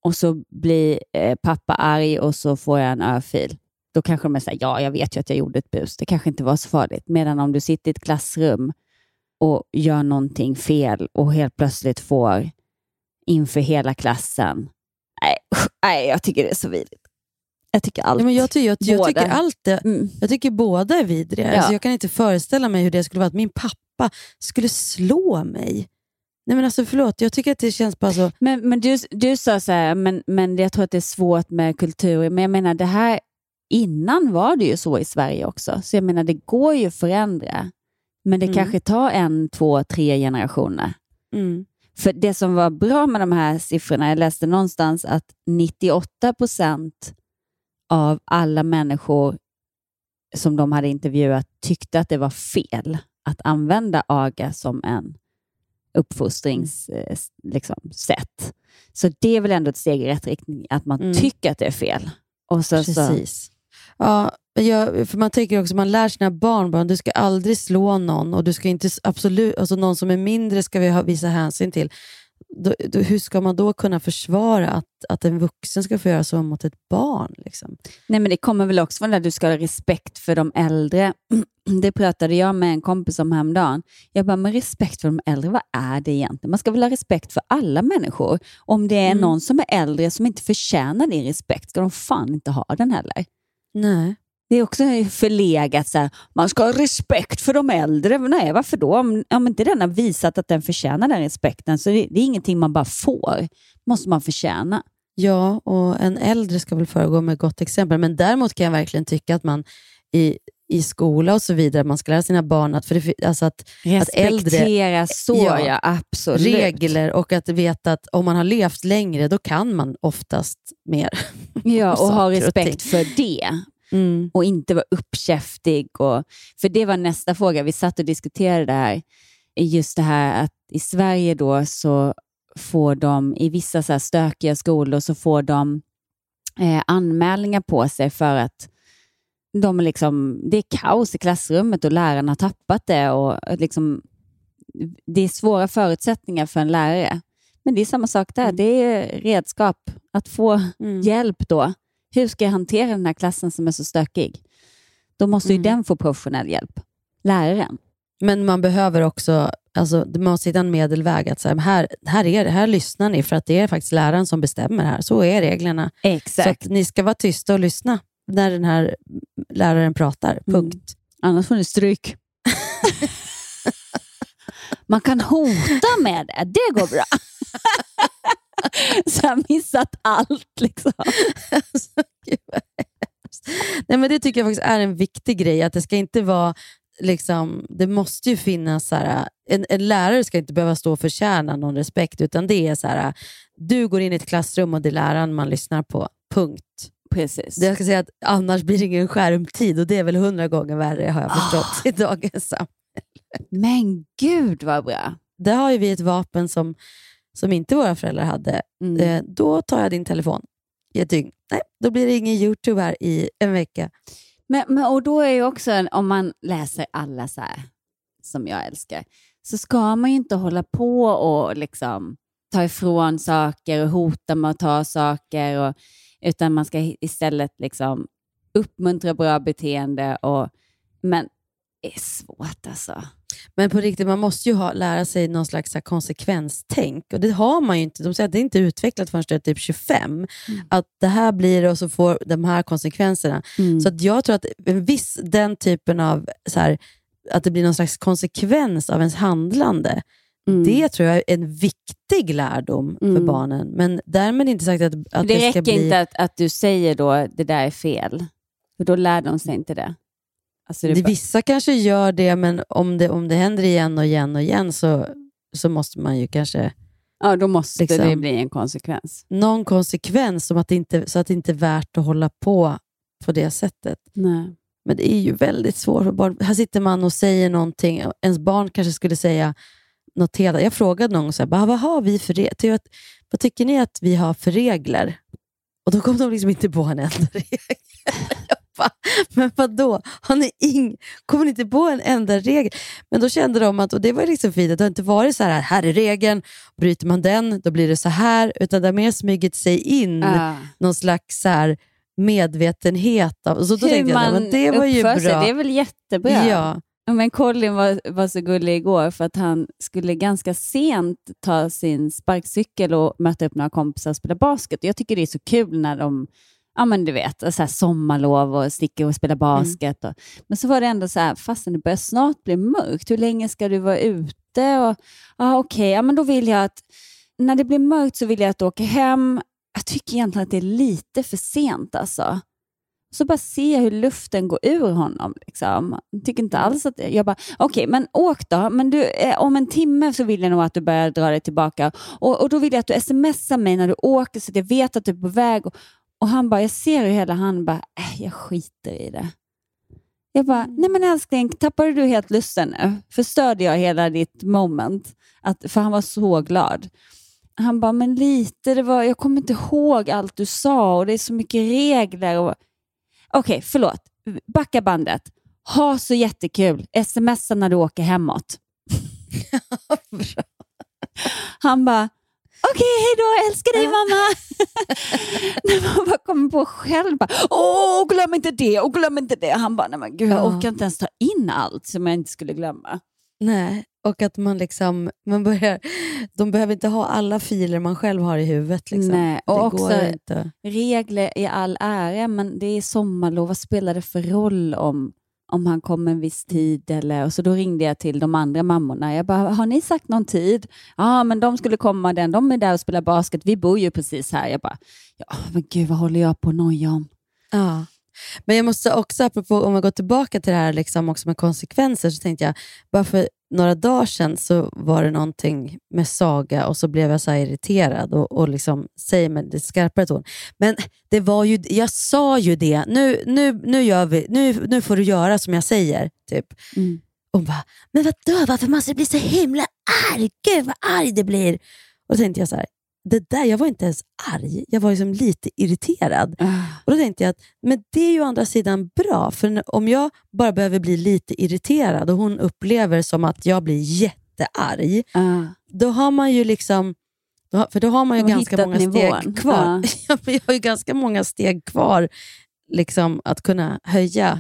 och så blir eh, pappa arg och så får jag en örfil. Då kanske de säger, ja jag vet ju att jag gjorde ett bus. Det kanske inte var så farligt. Medan om du sitter i ett klassrum och gör någonting fel och helt plötsligt får inför hela klassen. Nej, nej jag tycker det är så vidrigt. Jag tycker allt. Ja, men jag, tycker, jag, jag tycker allt det, mm. Jag tycker båda är vidriga. Ja. Alltså, jag kan inte föreställa mig hur det skulle vara att min pappa skulle slå mig. Nej men alltså förlåt, jag tycker att det känns bara så. Men, men du, du sa så här, men, men jag tror att det är svårt med kultur. Men jag menar det här, innan var det ju så i Sverige också. Så jag menar det går ju att förändra. Men det mm. kanske tar en, två, tre generationer. Mm. För det som var bra med de här siffrorna, jag läste någonstans att nittioåtta procent av alla människor som de hade intervjuat tyckte att det var fel att använda aga som en uppfostringssätt. Liksom, sätt. Så det är väl ändå ett steg i rätt riktning att man mm. tycker att det är fel. Och så, Precis. Så... Ja, jag, för man tänker också, man lär sina barn, barn du ska aldrig slå någon och du ska inte absolut, alltså någon som är mindre ska vi ha, visa hänsyn till. Då, då, hur ska man då kunna försvara att, att en vuxen ska få göra så mot ett barn? Liksom? Nej, men det kommer väl också från att du ska ha respekt för de äldre. Det pratade jag med en kompis om häromdagen. Jag bara, med respekt för de äldre, vad är det egentligen? Man ska väl ha respekt för alla människor. Om det är mm. någon som är äldre som inte förtjänar din respekt, ska de fan inte ha den heller. Nej. Det är också förlegat så här, man ska ha respekt för de äldre. Nej, varför då? Om, om inte den har visat att den förtjänar den respekten, så det, det är ingenting man bara får. Måste man förtjäna. Ja, och en äldre ska väl föregå med gott exempel. Men däremot kan jag verkligen tycka att man i, i skola och så vidare, man ska lära sina barn att, för det, alltså att, att äldre, så ja, ja, absolut. Regler, och att veta att om man har levt längre, då kan man oftast mer. Ja, och ha respekt för det. Mm. Och inte vara uppkäftig. Och, för det var nästa fråga. Vi satt och diskuterade det här. Just det här att i Sverige då så får de i vissa så här stökiga skolor så får de eh, anmälningar på sig för att de liksom, det är kaos i klassrummet och lärarna har tappat det. Och liksom, det är svåra förutsättningar för en lärare. Men det är samma sak där. Det är redskap att få mm. hjälp då. Hur ska jag hantera den här klassen som är så stökig? Då måste ju mm. den få professionell hjälp. Läraren. Men man behöver också, alltså, det måste hitta en medelväg. Att så här, här, här, är det, här lyssnar ni för att det är faktiskt läraren som bestämmer här. Så är reglerna. Exakt. Så att ni ska vara tysta och lyssna när den här läraren pratar. Punkt. Mm. Annars får ni stryk. Man kan hota med det. Det går bra. Så jag har missat allt liksom. Alltså, nej, men det tycker jag faktiskt är en viktig grej, att det ska inte vara liksom, det måste ju finnas så här, en, en lärare ska inte behöva stå och förtjäna någon respekt, utan det är så här, du går in i ett klassrum och det är läraren man lyssnar på, punkt. Precis. Det jag ska säga att annars blir det ingen skärmtid, och det är väl hundra gånger värre, har jag förstått oh. i dagens samhälle. Men gud vad bra. Det har ju vi ett vapen som som inte våra föräldrar hade. Mm. Eh, då tar jag din telefon i ett dygn. Nej, då blir det ingen YouTube här i en vecka. Men, men, och då är ju också, en, om man läser alla så här, som jag älskar, så ska man ju inte hålla på och liksom ta ifrån saker och hota med att ta saker. Och, utan man ska istället liksom uppmuntra bra beteende. Och, men det är svårt alltså. Men på riktigt, man måste ju ha, lära sig någon slags här, konsekvenstänk. Och det har man ju inte. De säger att det är inte utvecklat förrän det är typ tjugofem. Mm. Att det här blir det och så får de här konsekvenserna. Mm. Så att jag tror att en viss, den typen av så här, att det blir någon slags konsekvens av ens handlande. Mm. Det tror jag är en viktig lärdom mm. för barnen. Men därmed inte sagt att, att det, det ska bli... Det räcker inte att, att du säger då det där är fel. För då lär de sig inte det. Alltså det det, bara... Vissa kanske gör det, men om det, om det händer igen och igen och igen så, så måste man ju kanske... Ja, då måste liksom, det bli en konsekvens. Någon konsekvens som att det inte, så att det inte är värt att hålla på på det sättet. Nej. Men det är ju väldigt svårt för barn. Här sitter man och säger någonting. Ens barn kanske skulle säga något helt. Jag frågade någon så här, vad har vi för regler? Vad tycker ni att vi har för regler? Och då kom de liksom inte på en enda regel. bara, men vadå? Har ni ing- kommer ni inte på en enda regel? Men då kände de att, och det var liksom fint, att det har inte varit så här, här är regeln, bryter man den, då blir det så här, utan det har mer smygit sig in uh. någon slags så här medvetenhet av. Så då hur tänkte jag, men det var ju bra. Sig, det är väl jättebra. Ja. Men Colin var, var så gullig igår för att han skulle ganska sent ta sin sparkcykel och möta upp några kompisar och spela basket. Jag tycker det är så kul när de, ja men du vet, så här sommarlov och sticker och spela basket. Mm. Och, men så var det ändå så här, fastän det börjar snart bli mörkt, hur länge ska du vara ute? Och, ja okej, okay, ja men då vill jag att, när det blir mörkt så vill jag att åka hem. Jag tycker egentligen att det är lite för sent alltså. Så bara se hur luften går ur honom. Liksom. Jag tycker inte alls att... Jag bara, okej, okay, men åk då. Men du, eh, om en timme så vill jag nog att du börjar dra dig tillbaka. Och, och då vill jag att du smsar mig när du åker så att jag vet att du är på väg. Och, och han bara, jag ser hur hela han bara, äh, jag skiter i det. Jag bara, nej men älskling, tappade du helt lusten nu? Förstörde jag hela ditt moment? Att, för han var så glad. Han bara, men lite, det var, jag kommer inte ihåg allt du sa och det är så mycket regler och... Okej, okay, förlåt. Backa bandet. Ha så jättekul. Smsa när du åker hemåt. Han bara, okej, okay, hej då, älskar dig mamma. När man bara kommer på själv. Bara, åh, glöm inte det, och glöm inte det. Han bara, nej men gud, jag orkar inte ens ta in allt som jag inte skulle glömma. Nej, och att man liksom, man börjar, de behöver inte ha alla filer man själv har i huvudet. Liksom. Nej, och det också går inte. Regler i all ära, men det är sommarlov. Vad spelar det för roll om, om han kommer en viss tid? Eller, och så då ringde jag till de andra mammorna. Jag bara, har ni sagt någon tid? Ja, men de skulle komma den. De är där och spelar basket. Vi bor ju precis här. Jag bara, ja men gud, vad håller jag på att noja om? Ja. Men jag måste också, apropå om jag går tillbaka till det här liksom också med konsekvenser, så tänkte jag, bara för några dagar sedan så var det någonting med Saga och så blev jag så här irriterad och, och liksom säger med det skarpare ton. Men det var ju, jag sa ju det, nu, nu, nu, gör vi, nu, nu får du göra som jag säger, typ. Mm. Och bara, men vadå, varför måste det bli så himla arg? Gud vad arg det blir. Och då tänkte jag så här, det där, jag var inte ens arg. Jag var liksom lite irriterad. Uh. Och då tänkte jag att men det är ju å andra sidan bra. För om jag bara behöver bli lite irriterad och hon upplever som att jag blir jättearg, uh. då har man ju liksom, då, för då har man ju ganska många nivån. steg kvar. Uh. Jag har ju ganska många steg kvar liksom att kunna höja.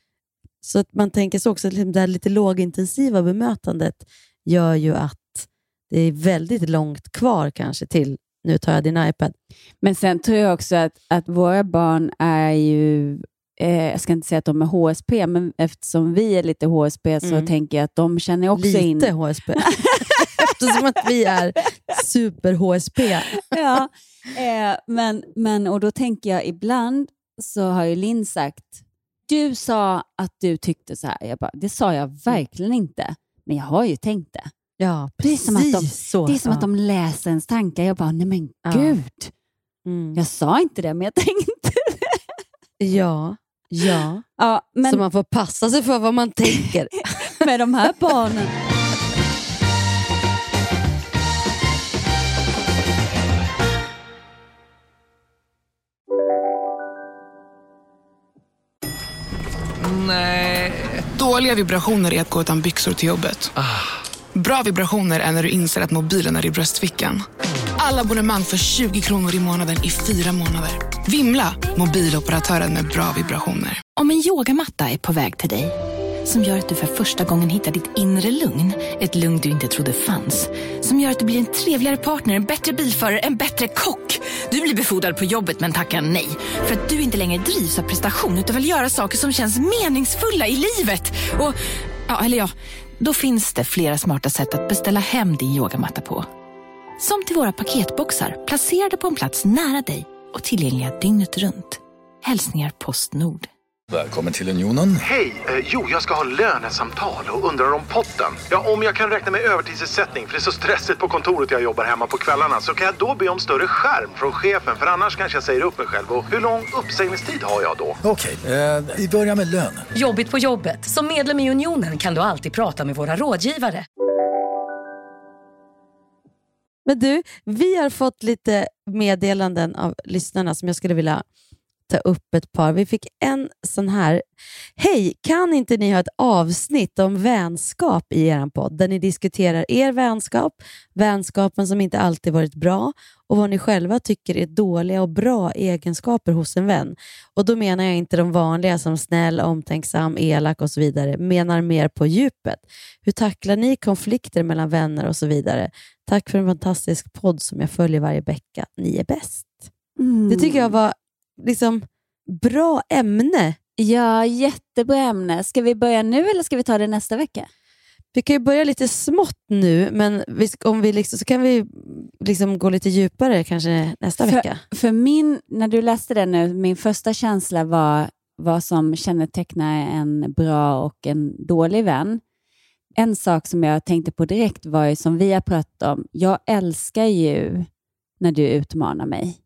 Så att man tänker så också att det här lite lågintensiva bemötandet gör ju att det är väldigt långt kvar kanske till nu tar jag din iPad. Men sen tror jag också att, att våra barn är ju, eh, jag ska inte säga att de är H S P, men eftersom vi är lite H S P så mm. tänker jag att de känner också lite in... Lite H S P. Eftersom att vi är super H S P. Ja, eh, men, men och då tänker jag ibland så har ju Linn sagt, du sa att du tyckte så här. Jag bara, det sa jag verkligen inte. Men jag har ju tänkt det. Ja, precis. Det är som att de, så. Det är som ja. att de läser ens tankar. Jag bara, nej men ja. gud. Mm. Jag sa inte det, men jag tänkte det. Ja, ja. ja men... Så man får passa sig för vad man tänker. Med de här barnen. Nej. Dåliga vibrationer är att gå utan byxor till jobbet. Ah. Bra vibrationer är när du inser att mobilen är i bröstfickan. Alla abonnemang för tjugo kronor i månaden i fyra månader. Vimla, mobiloperatören med bra vibrationer. Om en yogamatta är på väg till dig, som gör att du för första gången hittar ditt inre lugn, ett lugn du inte trodde fanns, som gör att du blir en trevligare partner, en bättre bilförare, en bättre kock. Du blir befordrad på jobbet men tackar nej, för att du inte längre drivs av prestation utan vill göra saker som känns meningsfulla i livet. Och, ja, eller ja, då finns det flera smarta sätt att beställa hem din yogamatta på. Som till våra paketboxar, placerade på en plats nära dig och tillgängliga dygnet runt. Hälsningar Postnord. Välkommen till Unionen. Hej, eh, jo jag ska ha lönesamtal och undrar om potten. Ja, om jag kan räkna med övertidsersättning för det är så stressigt på kontoret jag jobbar hemma på kvällarna, så kan jag då be om större skärm från chefen, för annars kanske jag säger upp mig själv. Och hur lång uppsägningstid har jag då? Okej, eh, vi börjar med lön. Jobbigt på jobbet. Som medlem i Unionen kan du alltid prata med våra rådgivare. Men du, vi har fått lite meddelanden av lyssnarna som jag skulle vilja ta upp ett par. Vi fick en sån här. Hej, kan inte ni ha ett avsnitt om vänskap i er podd där ni diskuterar er vänskap, vänskapen som inte alltid varit bra och vad ni själva tycker är dåliga och bra egenskaper hos en vän. Och då menar jag inte de vanliga som snäll, omtänksam, elak och så vidare. Menar mer på djupet. Hur tacklar ni konflikter mellan vänner och så vidare? Tack för en fantastisk podd som jag följer varje vecka. Ni är bäst. Mm. Det tycker jag var liksom bra ämne. Ja, jättebra ämne. Ska vi börja nu eller ska vi ta det nästa vecka? Vi kan ju börja lite smått nu, men vi, om vi liksom, så kan vi liksom gå lite djupare kanske nästa för, vecka. För min, när du läste det nu, min första känsla var vad som kännetecknar en bra och en dålig vän. En sak som jag tänkte på direkt var ju som vi har pratat om. Jag älskar ju när du utmanar mig.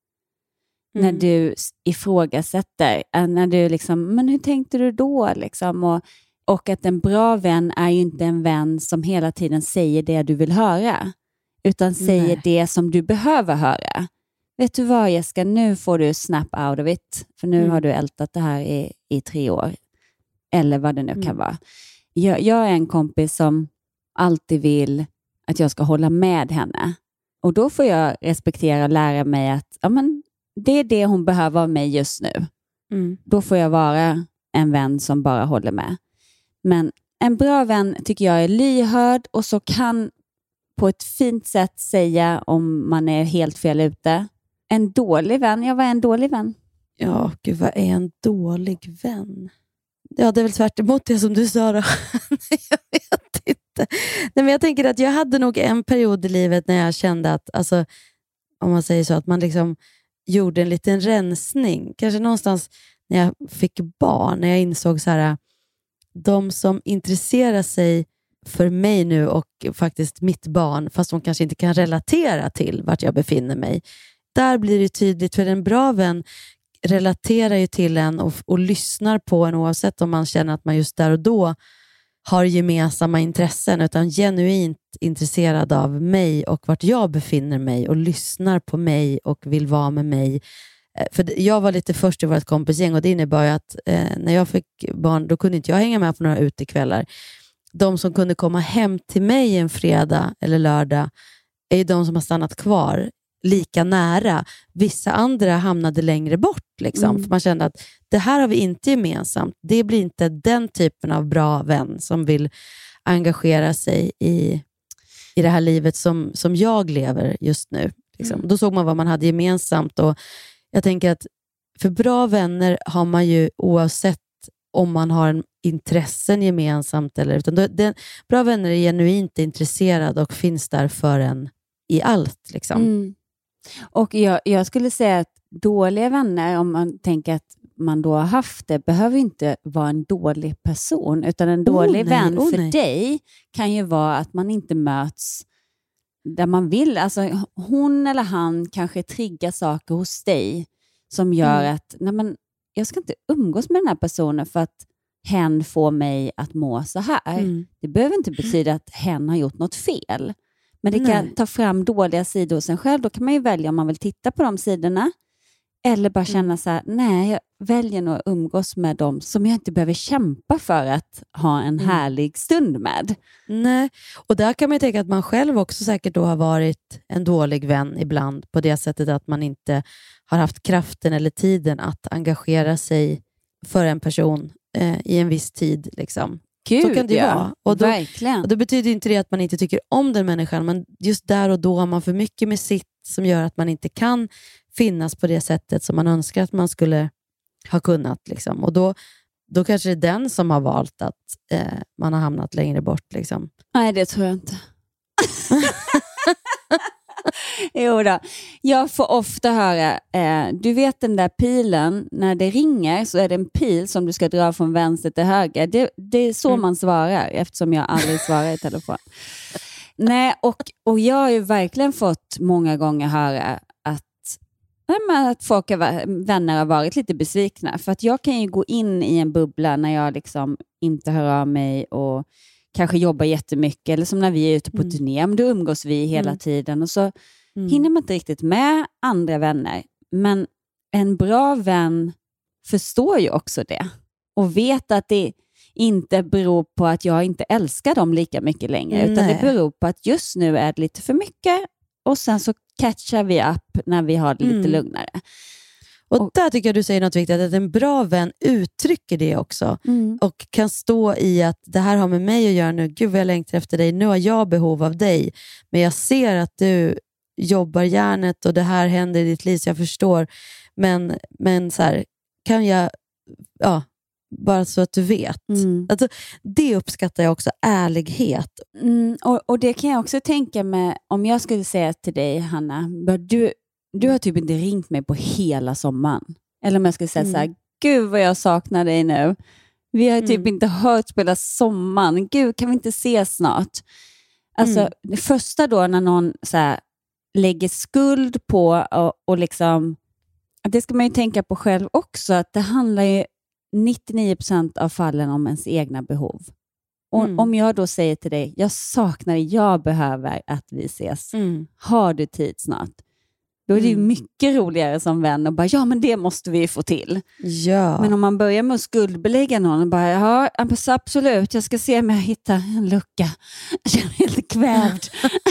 Mm. När du ifrågasätter. När du liksom, men hur tänkte du då? Liksom, och, och att en bra vän är ju inte en vän som hela tiden säger det du vill höra. Utan säger Nej. det som du behöver höra. Vet du vad, Jessica? Nu får du snap out of it. För nu mm. har du ältat det här i, i tre år. Eller vad det nu mm. kan vara. Jag, jag är en kompis som alltid vill att jag ska hålla med henne. Och då får jag respektera och lära mig att ja, men, det är det hon behöver av mig just nu. Mm. Då får jag vara en vän som bara håller med. Men en bra vän tycker jag är lyhörd och så kan på ett fint sätt säga om man är helt fel ute. En dålig vän, ja vad är en dålig vän? Ja, gud vad är en dålig vän? Ja, det är väl tvärt emot det som du sa då. Jag vet inte. Nej, men jag tänker att jag hade nog en period i livet när jag kände att, alltså, om man säger så, att man liksom gjorde en liten rensning. Kanske någonstans när jag fick barn, när jag insåg så här, de som intresserar sig för mig nu och faktiskt mitt barn, fast de kanske inte kan relatera till vart jag befinner mig. Där blir det tydligt, för en bra vän relaterar ju till en och, och lyssnar på en oavsett om man känner att man just där och då har gemensamma intressen, utan genuint intresserad av mig och vart jag befinner mig och lyssnar på mig och vill vara med mig. För jag var lite först i vårt kompisgäng och det innebar ju att eh, när jag fick barn då kunde inte jag hänga med på några utekvällar. De som kunde komma hem till mig en fredag eller lördag är ju de som har stannat kvar lika nära. Vissa andra hamnade längre bort liksom, mm. för man kände att det här har vi inte gemensamt. Det blir inte den typen av bra vän som vill engagera sig i, i det här livet som, som jag lever just nu. Liksom. Mm. Då såg man vad man hade gemensamt och jag tänker att för bra vänner har man ju oavsett om man har en intressen gemensamt eller utan då, den, bra vänner är genuint intresserade och finns där för en i allt liksom. Mm. Och jag, jag skulle säga att dåliga vänner, om man tänker att man då har haft det, behöver inte vara en dålig person, utan en dålig oh, nej, vän oh, för nej. dig kan ju vara att man inte möts där man vill. Alltså hon eller han kanske triggar saker hos dig som gör mm. att nej men, jag ska inte umgås med den här personen för att hen får mig att må så här. Mm. Det behöver inte betyda att hen har gjort något fel. Men det kan Nej. ta fram dåliga sidor hos en själv. Då kan man ju välja om man vill titta på de sidorna. Eller bara känna så här, nej, jag väljer nog att umgås med dem som jag inte behöver kämpa för att ha en mm. härlig stund med. Nej, och där kan man ju tänka att man själv också säkert då har varit en dålig vän ibland. På det sättet att man inte har haft kraften eller tiden att engagera sig för en person eh, i en viss tid liksom. Gud, så kan det ju ja. vara. Och då, Verkligen. Och då betyder inte det att man inte tycker om den människan, men just där och då har man för mycket med sitt som gör att man inte kan finnas på det sättet som man önskar att man skulle ha kunnat. Liksom. Och då, då kanske det är den som har valt att eh, man har hamnat längre bort. Liksom. Nej, det tror jag inte. Jo då. Jag får ofta höra, eh, du vet den där pilen, när det ringer så är det en pil som du ska dra från vänster till höger. Det, det är så mm. man svarar, eftersom jag aldrig svarar i telefon. Nej, och, och jag har ju verkligen fått många gånger höra att, nej, men att folk har, vänner har varit lite besvikna. För att jag kan ju gå in i en bubbla när jag liksom inte hör av mig och kanske jobbar jättemycket, eller som när vi är ute på mm. turné, men då umgås vi hela mm. tiden och så mm. hinner man inte riktigt med andra vänner. Men en bra vän förstår ju också det. Och vet att det inte beror på att jag inte älskar dem lika mycket längre. Nej. Utan det beror på att just nu är det lite för mycket. Och sen så catchar vi upp när vi har det lite mm. lugnare. Och, och där tycker jag du säger något viktigt. Att en bra vän uttrycker det också. Mm. Och kan stå i att det här har med mig att göra nu. Gud vad jag längtar efter dig. Nu har jag behov av dig. Men jag ser att du jobbar hjärnet och det här händer i ditt liv så jag förstår. Men, men så här, kan jag... Ja, bara så att du vet. Mm. Alltså, det uppskattar jag också, ärlighet. Mm, och, och det kan jag också tänka med, om jag skulle säga till dig, Hanna, du, du har typ inte ringt mig på hela sommaren. Eller om jag skulle säga mm. så här, gud vad jag saknar dig nu. Vi har mm. typ inte hört på hela sommaren. Gud, kan vi inte ses snart? Alltså, mm. det första då när någon så här, lägger skuld på och, och liksom, det ska man ju tänka på själv också, att det handlar ju nittionio procent av fallen om ens egna behov. Och mm. om jag då säger till dig, jag saknar dig, jag behöver att vi ses. Mm. Har du tid snart? Då är det mm. ju mycket roligare som vän och bara, ja men det måste vi få till. Ja. Men om man börjar med att skuldbelägga någon och bara, ja absolut, jag ska se om jag hittar en lucka. Jag känner helt kvävd.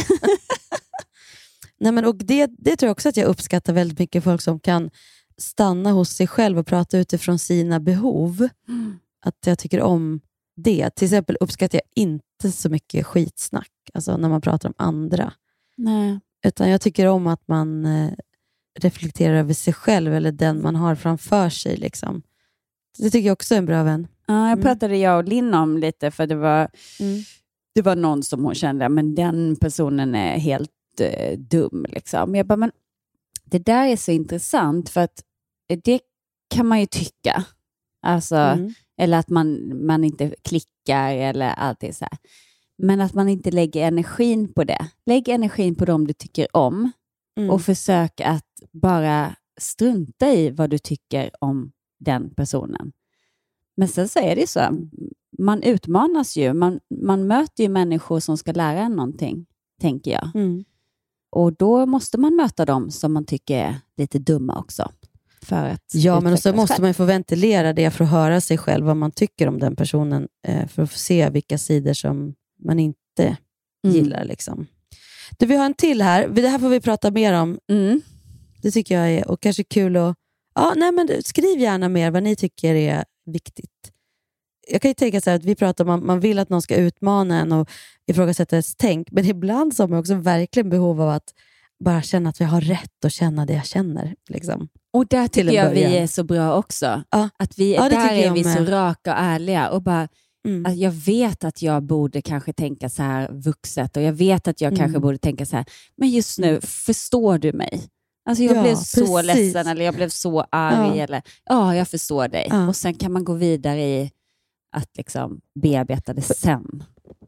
Nej, men och det, det tror jag också att jag uppskattar väldigt mycket, folk som kan stanna hos sig själv och prata utifrån sina behov. Mm. Att jag tycker om det. Till exempel uppskattar jag inte så mycket skitsnack. Alltså när man pratar om andra. Nej. Utan jag tycker om att man eh, reflekterar över sig själv eller den man har framför sig. Liksom. Det tycker jag också är en bra vän. Ja, jag pratade mm. jag och Linn om lite, för det var, mm. det var någon som hon kände, men den personen är helt eh, dum. Liksom. Jag bara, men det där är så intressant, för att det kan man ju tycka. Alltså, mm. eller att man, man inte klickar eller allt det så här. Men att man inte lägger energin på det. Lägg energin på dem du tycker om. Mm. Och försök att bara strunta i vad du tycker om den personen. Men sen så är det så. Man utmanas ju. Man, man möter ju människor som ska lära en någonting, tänker jag. Mm. Och då måste man möta dem som man tycker är lite dumma också. För att ja, men så måste man få ventilera det för att höra sig själv, vad man tycker om den personen. För att få se vilka sidor som man inte mm. gillar. Liksom. Du, vi har en till här. Det här får vi prata mer om. Mm. Det tycker jag är och kanske kul att... Ja, nej, men skriv gärna mer vad ni tycker är viktigt. Jag kan ju tänka så här att vi pratar om att man vill att någon ska utmana en och ifrågasätta ens tänk. Men ibland så har man också verkligen behov av att bara känna att vi har rätt att känna det jag känner. Liksom. Och där tycker jag vi är så bra också. Ja. Att vi, ja, där är vi med. Så raka och ärliga. Och bara, mm. att jag vet att jag borde kanske tänka så här vuxet. Och jag vet att jag mm. kanske borde tänka så här. Men just nu, förstår du mig? Alltså jag ja, blev så precis. ledsen. Eller jag blev så arg. Ja, eller, ja jag förstår dig. Ja. Och sen kan man gå vidare i att liksom bearbeta det sen.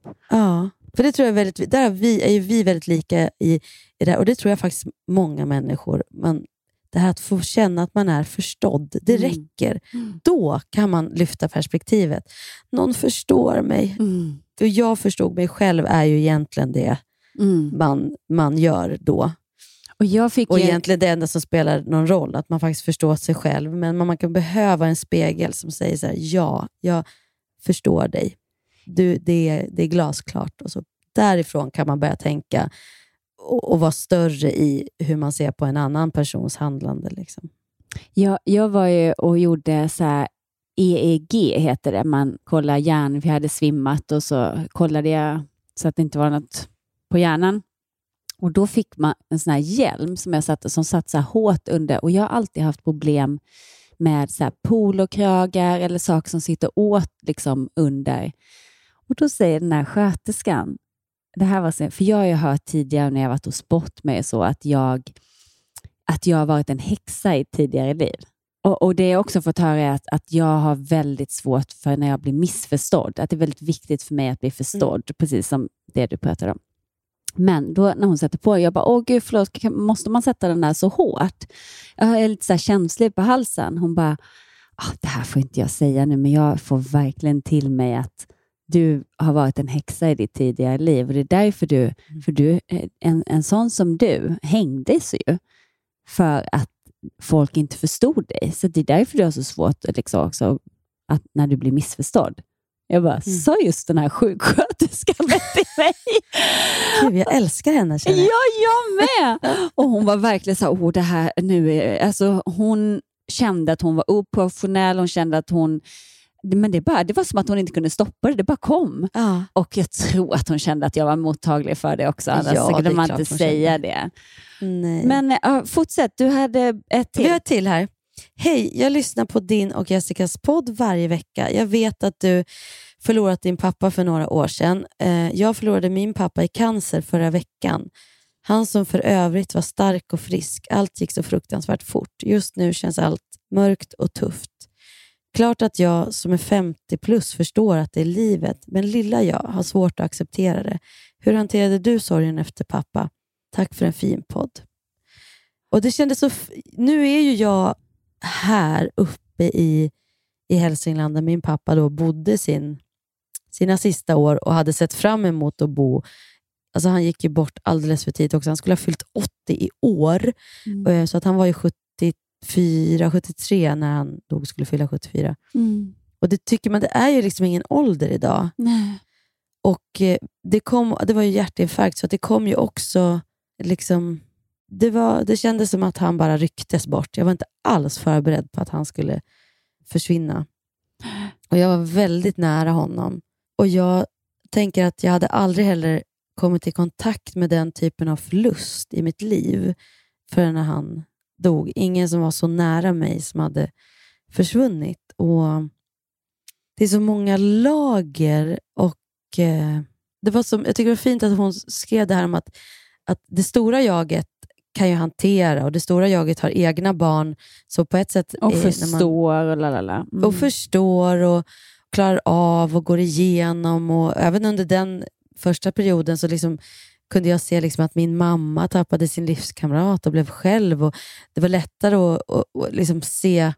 Ja, för det tror jag är väldigt... Där är vi, är ju vi väldigt lika i, i det. Och det tror jag faktiskt många människor... Man, det här att få känna att man är förstådd, det mm. räcker. Mm. Då kan man lyfta perspektivet. Någon förstår mig. Mm. Och jag förstod mig själv är ju egentligen det mm. man, man gör då. Och, jag fick och ju... egentligen det enda som spelar någon roll, att man faktiskt förstår sig själv. Men man kan behöva en spegel som säger så här: ja, jag förstår dig. Du, det, är, det är glasklart. Och så därifrån kan man börja tänka och, och vara större i hur man ser på en annan persons handlande. Liksom. Ja, jag var ju och gjorde så här E E G heter det. Man kollar hjärnan, vi hade svimmat och så kollade jag så att det inte var något på hjärnan. Och då fick man en sån här hjälm som jag satte, som satt så här hårt under. Och jag har alltid haft problem med så här polokragar eller saker som sitter åt liksom under. Och då säger den här sköterskan, det här var så, för jag har ju hört tidigare när jag varit och sport med så att jag att jag har varit en häxa i tidigare liv. Och, och det är också fått höra är att, att jag har väldigt svårt för när jag blir missförstådd. Att det är väldigt viktigt för mig att bli förstådd, mm. precis som det du pratade om. Men då när hon sätter på, jag bara, åh gud förlåt, måste man sätta den där så hårt? Jag är lite så här känslig på halsen. Hon bara, ah, det här får inte jag säga nu, men jag får verkligen till mig att du har varit en häxa i ditt tidigare liv. Och det är därför du, för du en, en sån som du hängdes ju för att folk inte förstod dig. Så det är därför det är så svårt liksom, också, att när du blir missförstådd. Jag bara, mm. sa just den här sjuksköterskan till mig. Gud, jag älskar henne. Ja, jag med. Och hon var verkligen så här, oh, det här nu är... Alltså, hon kände att hon var oprofessionell. Hon kände att hon... Men det, bara, det var som att hon inte kunde stoppa det. Det bara kom. Ja. Och jag tror att hon kände att jag var mottaglig för det också. Annars ja, skulle man inte säga kände. det. Nej. Men uh, fortsätt, du hade ett till. Vi har ett till här. Hej, jag lyssnar på din och Jessicas podd varje vecka. Jag vet att du förlorat din pappa för några år sedan. Uh, jag förlorade min pappa i cancer förra veckan. Han som för övrigt var stark och frisk. Allt gick så fruktansvärt fort. Just nu känns allt mörkt och tufft. Klart att jag som är femtio plus förstår att det är livet, men lilla jag har svårt att acceptera det. Hur hanterade du sorgen efter pappa? Tack för en fin podd. Och det kändes så... F- nu är ju jag här uppe i, i Hälsingland där min pappa då bodde sin, sina sista år och hade sett fram emot att bo. Alltså han gick ju bort alldeles för tidigt också. Han skulle ha fyllt åttio i år. Mm. Så att han var ju sjuttiofyra, sjuttiotre när han dog, skulle fylla sjuttiofyra. Mm. Och det tycker man, det är ju liksom ingen ålder idag. Nej. Och eh, det, kom, det var ju hjärtinfarkt, så att det kom ju också liksom, det, var, det kändes som att han bara rycktes bort. Jag var inte alls förberedd på att han skulle försvinna. Och jag var väldigt nära honom. Och jag tänker att jag hade aldrig heller kommit i kontakt med den typen av förlust i mitt liv förrän när han dog. Ingen som var så nära mig som hade försvunnit. Och det är så många lager och eh, det var som, jag tycker det var fint att hon skrev det här om att, att det stora jaget kan ju hantera, och det stora jaget har egna barn, så på ett sätt och förstår man, och lalala. Mm. och förstår och klarar av och går igenom, och även under den första perioden så liksom kunde jag se liksom att min mamma tappade sin livskamrat och blev själv, och det var lättare att, att, att liksom se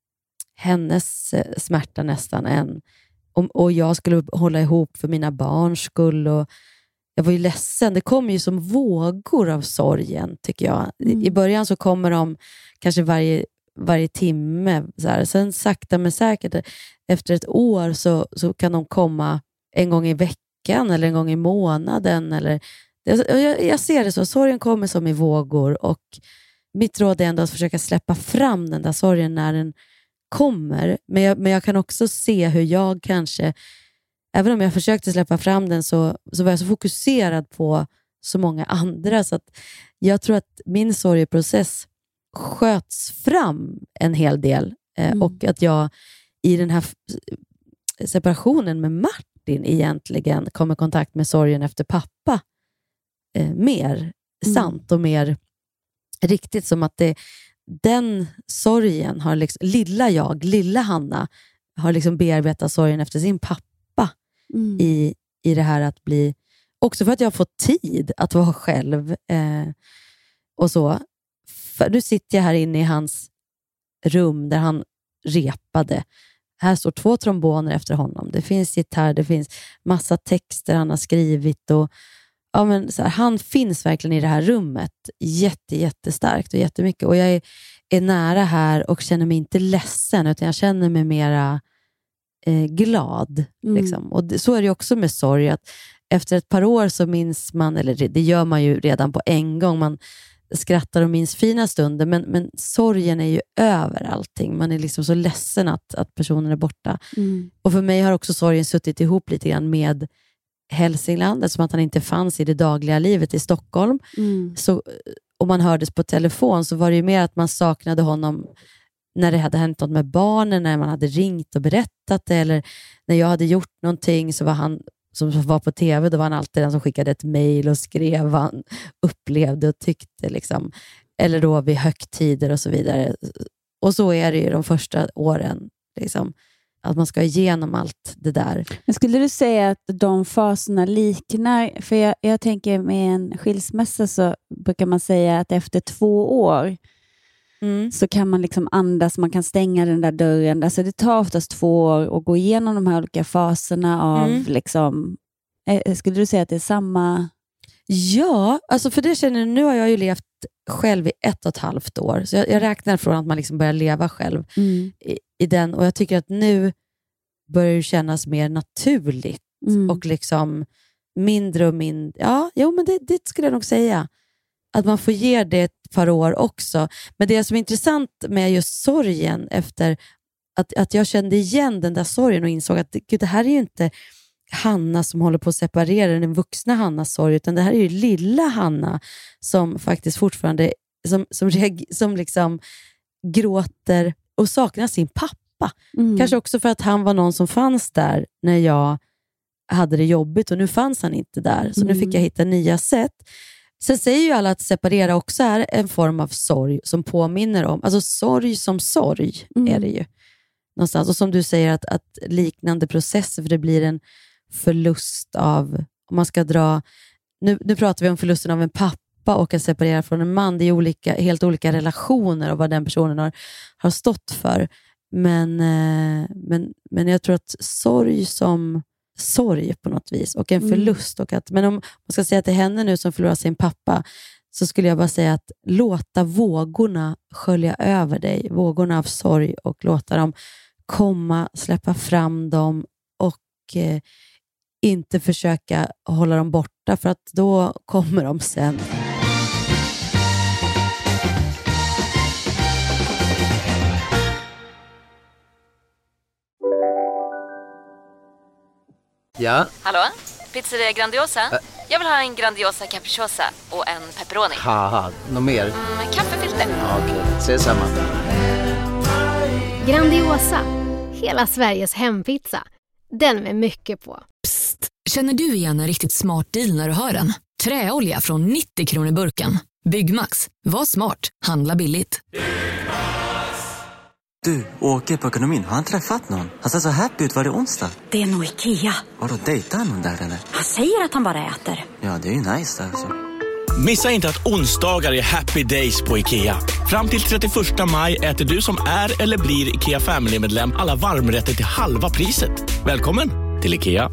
hennes smärta nästan än och, och jag skulle hålla ihop för mina barns skull, och jag var ju ledsen. Det kom ju som vågor av sorgen, tycker jag. Mm. I början så kommer de kanske varje, varje timme så här. Sen sakta men säkert efter ett år så, så kan de komma en gång i veckan eller en gång i månaden eller Jag, jag ser det så. Sorgen kommer som i vågor, och mitt råd är ändå att försöka släppa fram den där sorgen när den kommer. Men jag, men jag kan också se hur jag kanske, även om jag försökte släppa fram den, så, så var jag så fokuserad på så många andra. Så att jag tror att min sorgeprocess sköts fram en hel del. Eh, mm. Och att jag i den här separationen med Martin egentligen kom i kontakt med sorgen efter pappa. Eh, mer mm. sant och mer riktigt, som att det, den sorgen har liksom, lilla jag, lilla Hanna har liksom bearbetat sorgen efter sin pappa mm. i, i det här att bli, också för att jag har fått tid att vara själv eh, och så. För nu sitter jag här inne i hans rum där han repade. Här står två tromboner efter honom. Det finns gitarr, det finns massa texter han har skrivit, och ja, men så här, han finns verkligen i det här rummet jätte, jättestarkt och jättemycket. Och jag är, är nära här och känner mig inte ledsen, utan jag känner mig mera eh, glad. Mm. Liksom. Och det, så är det också med sorg. Att efter ett par år så minns man, eller det gör man ju redan på en gång, man skrattar och minns fina stunder, men, men sorgen är ju över allting. Man är liksom så ledsen att, att personen är borta. Mm. Och för mig har också sorgen suttit ihop lite grann med Hälsingland, som att han inte fanns i det dagliga livet i Stockholm. Mm. Så om man hördes på telefon så var det ju mer att man saknade honom när det hade hänt något med barnen, när man hade ringt och berättat det, eller när jag hade gjort någonting så var han som var på tv, då var han alltid den som skickade ett mejl och skrev vad han upplevde och tyckte liksom. Eller då vid högtider och så vidare. Och så är det ju de första åren liksom. Att man ska igenom allt det där. Men skulle du säga att de faserna liknar? För jag, jag tänker med en skilsmässa så brukar man säga att efter två år mm. så kan man liksom andas, man kan stänga den där dörren. Alltså det tar oftast två år att gå igenom de här olika faserna av mm. liksom, skulle du säga att det är samma? Ja, alltså för det känner jag, nu har jag ju levt själv i ett och ett halvt år. Så jag, jag räknar från att man liksom börjar leva själv mm. i, i den. Och jag tycker att nu börjar det kännas mer naturligt. Mm. Och liksom mindre och mindre. Ja, jo, men det, det skulle jag nog säga. Att man får ge det ett par år också. Men det som är intressant med just sorgen efter att, att jag kände igen den där sorgen och insåg att gud, det här är ju inte Hanna som håller på att separera den vuxna Hannas sorg, utan det här är ju lilla Hanna som faktiskt fortfarande som, som, reager, som liksom gråter och saknar sin pappa. Mm. Kanske också för att han var någon som fanns där när jag hade det jobbigt och nu fanns han inte där. Så mm. nu fick jag hitta nya sätt. Sen säger ju alla att separera också är en form av sorg som påminner om, alltså sorg som sorg mm. är det ju. Någonstans. Och som du säger att, att liknande processer, för det blir en förlust av, om man ska dra, nu, nu pratar vi om förlusten av en pappa och att separera från en man, det är olika, helt olika relationer och vad den personen har, har stått för. Men, eh, men, men jag tror att sorg som sorg på något vis och en förlust. Och att, men om man ska säga till henne nu som förlorar sin pappa, så skulle jag bara säga att låta vågorna skölja över dig, vågorna av sorg, och låta dem komma, släppa fram dem och eh, inte försöka hålla dem borta, för att då kommer de sen. Ja? Hallå? Pizzeria Grandiosa? Ä- Jag vill ha en Grandiosa capriciosa och en pepperoni. Haha, något mer? Mm, kaffefilter. Ja, okej, okay. Ses samma. Grandiosa, hela Sveriges hempizza. Den med mycket på. Psst, känner du igen en riktigt smart deal när du hör den? Träolja från nittio kronor burken. Byggmax, var smart, handla billigt. Du, åker på ekonomin. Har han träffat någon? Han ser så happy ut. Var det onsdag? Det är nog Ikea. Har du dejtat någon där eller? Han säger att han bara äter. Ja, det är ju nice där alltså. Missa inte att onsdagar är happy days på Ikea. Fram till trettioförsta maj äter du som är eller blir Ikea Family-medlem alla varmrätter till halva priset. Välkommen till Ikea.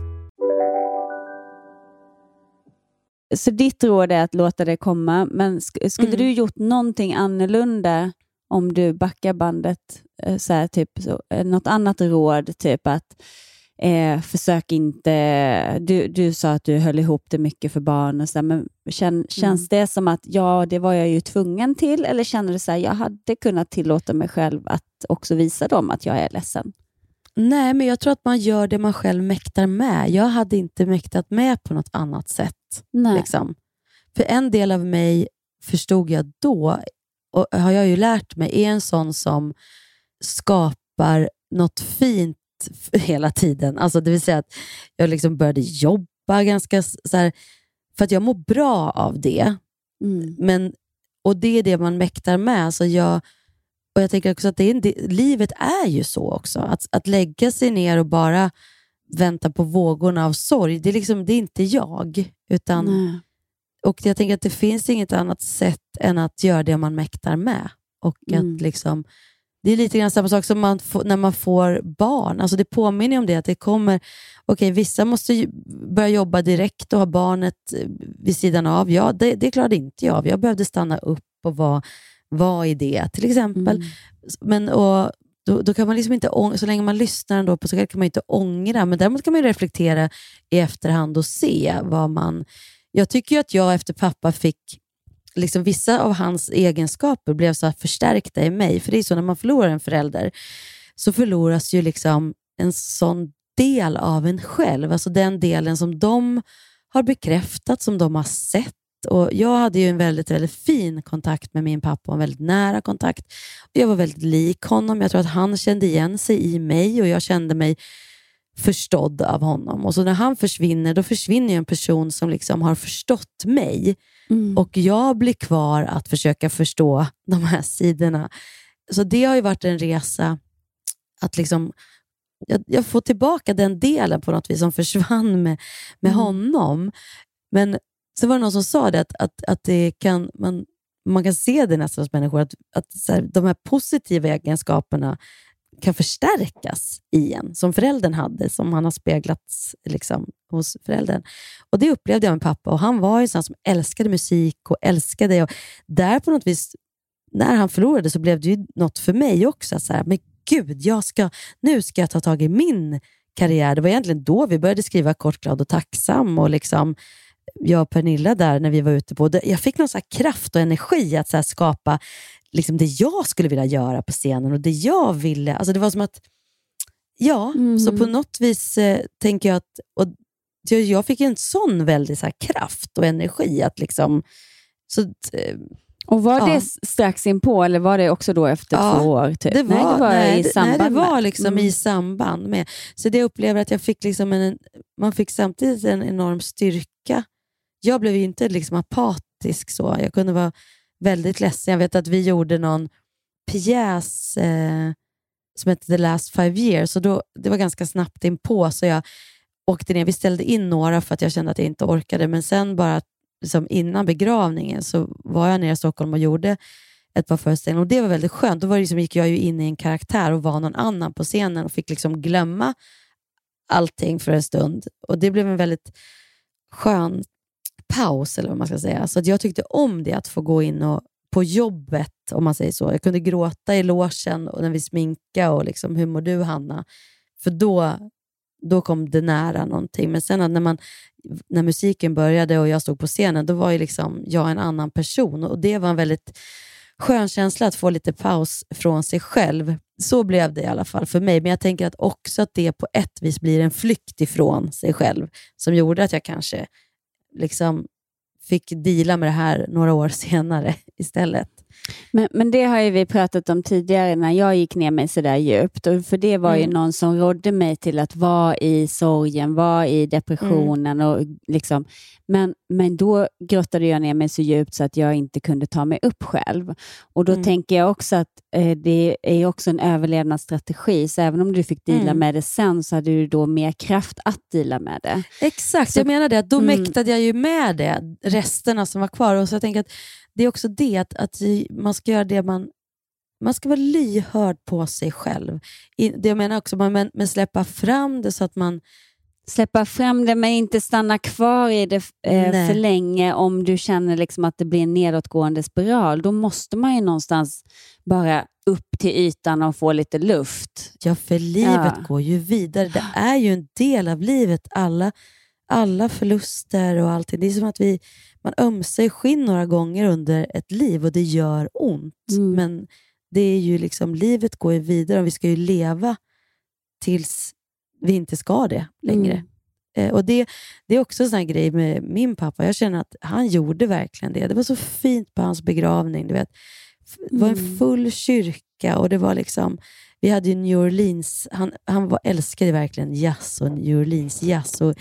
Så ditt råd är att låta det komma. Men sk- skulle mm. du gjort någonting annorlunda om du backar bandet, så här, typ så, något annat råd, typ att eh, försök inte, du, du sa att du höll ihop det mycket för barn och så där, men kän, känns mm. det som att ja, det var jag ju tvungen till, eller känner du så här, jag hade kunnat tillåta mig själv att också visa dem att jag är ledsen? Nej, men jag tror att man gör det man själv mäktar med. Jag hade inte mäktat med på något annat sätt. Nej. Liksom. För en del av mig förstod jag då, och har jag ju lärt mig, är en sån som skapar något fint hela tiden. Alltså det vill säga att jag liksom började jobba ganska så här, för att jag mår bra av det. Mm. Men, och det är det man mäktar med. Alltså jag, och jag tänker också att det är, det, livet är ju så också. Att, att lägga sig ner och bara vänta på vågorna av sorg, det är, liksom, det är inte jag. Utan... Nej. Och jag tänker att det finns inget annat sätt än att göra det man mäktar med. Och Mm. att liksom, det är lite grann samma sak som man får, när man får barn. Alltså det påminner om det, att det kommer, okej, vissa måste ju börja jobba direkt och ha barnet vid sidan av. Ja, det, det klarade inte jag av. Jag behövde stanna upp och vara, vara i det, till exempel. Mm. Men och, då, då kan man liksom inte ångra, så länge man lyssnar ändå på så kan man inte ångra. Men däremot kan man ju reflektera i efterhand och se vad man... Jag tycker ju att jag efter pappa fick liksom vissa av hans egenskaper blev så förstärkta i mig. För det är så när man förlorar en förälder så förloras ju liksom en sån del av en själv. Alltså den delen som de har bekräftat, som de har sett. Och jag hade ju en väldigt, väldigt fin kontakt med min pappa, en väldigt nära kontakt. Och jag var väldigt lik honom. Jag tror att han kände igen sig i mig och jag kände mig förstådd av honom. Och så när han försvinner, då försvinner en person som liksom har förstått mig. Mm. Och jag blir kvar att försöka förstå de här sidorna. Så det har ju varit en resa att liksom jag, jag får tillbaka den delen på något vis som försvann med, med Mm. honom. Men så var det någon som sa det att, att, att det kan, man, man kan se det nästan hos människor att, att så här, de här positiva egenskaperna kan förstärkas i en, som föräldern hade, som han har speglats liksom, hos föräldern. Och det upplevde jag med pappa, och han var ju sån som älskade musik och älskade, och där på något vis, när han förlorade så blev det ju något för mig också, så här, men gud, jag ska, nu ska jag ta tag i min karriär. Det var egentligen då vi började skriva Kort, glad och tacksam, och liksom jag och Pernilla där när vi var ute på, jag fick någon så här kraft och energi att så här skapa liksom det jag skulle vilja göra på scenen och det jag ville, alltså det var som att ja, mm. så på något vis eh, tänker jag att, och jag, jag fick en sån väldigt så här kraft och energi att liksom så eh, och var ja. det strax in på, eller var det också då efter ja, två år? Typ? Det var, nej, det var nej, i samband nej, det var med. liksom Mm. i samband med. Så det upplever att jag fick liksom en, man fick samtidigt en enorm styrka. Jag blev ju inte liksom apatisk så. Jag kunde vara väldigt ledsen. Jag vet att vi gjorde någon pjäs eh, som hette The Last Five Years, och då, det var ganska snabbt in på, så jag åkte ner. Vi ställde in några för att jag kände att jag inte orkade, men sen bara liksom innan begravningen så var jag nere i Stockholm och gjorde ett par föreställningar, och det var väldigt skönt. Då var det liksom, gick jag ju in i en karaktär och var någon annan på scenen och fick liksom glömma allting för en stund, och det blev en väldigt skön paus, eller vad man ska säga. Så att jag tyckte om det, att få gå in och på jobbet, om man säger så. Jag kunde gråta i logen och när vi sminka och liksom, hur mår du, Hanna? För då, då kom det nära någonting. Men sen när, man, när musiken började och jag stod på scenen, då var ju liksom jag en annan person, och det var en väldigt skön känsla att få lite paus från sig själv. Så blev det i alla fall för mig. Men jag tänker att också att det på ett vis blir en flykt ifrån sig själv, som gjorde att jag kanske liksom fick deala med det här några år senare istället. Men, men det har ju vi pratat om tidigare när jag gick ner mig så där djupt. Och för det var ju mm. någon som rådde mig till att vara i sorgen, vara i depressionen. Mm. Och liksom, men, men då grottade jag ner mig så djupt så att jag inte kunde ta mig upp själv. Och då mm. tänker jag också att eh, det är också en överlevnadsstrategi. Så även om du fick deala mm. med det sen, så hade du då mer kraft att deala med det. Exakt, så, jag menar det. Då mm. mäktade jag ju med det, resterna som var kvar. Och så jag tänker att det är också det att, att man ska göra det man man ska vara lyhörd på sig själv. I, det jag menar också, men, men släppa fram det så att man släppa fram det, men inte stanna kvar i det eh, för länge. Om du känner liksom att det blir en nedåtgående spiral, då måste man ju någonstans bara upp till ytan och få lite luft. Ja, för livet ja. går ju vidare. Det är ju en del av livet. Alla, alla förluster och allting. Det är som att vi man ömsar skinn några gånger under ett liv och det gör ont. Mm. Men det är ju liksom, livet går ju vidare och vi ska ju leva tills vi inte ska det längre. Mm. Eh, och det, det är också en sån här grej med min pappa. Jag känner att han gjorde verkligen det. Det var så fint på hans begravning. Du vet. Det var en full kyrka och det var liksom, vi hade ju New Orleans, han, han var, älskade verkligen jazz och New Orleans jazz, och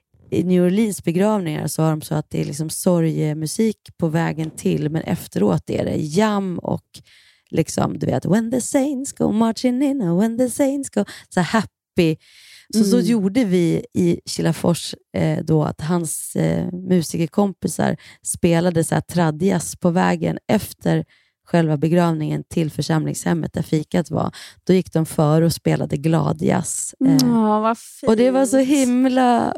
i New Orleans begravningar så har de så att det är liksom sorgemusik på vägen till, men efteråt är det jam och liksom, du vet, when the saints go marching in and when the saints go, så happy. Så, mm. så gjorde vi i Kilafors eh, då att hans eh, musikerkompisar spelade så här tradjazz på vägen efter själva begravningen till församlingshemmet där fikat var. Då gick de för och spelade gladjazz. Eh, mm, vad fint. Och det var så himla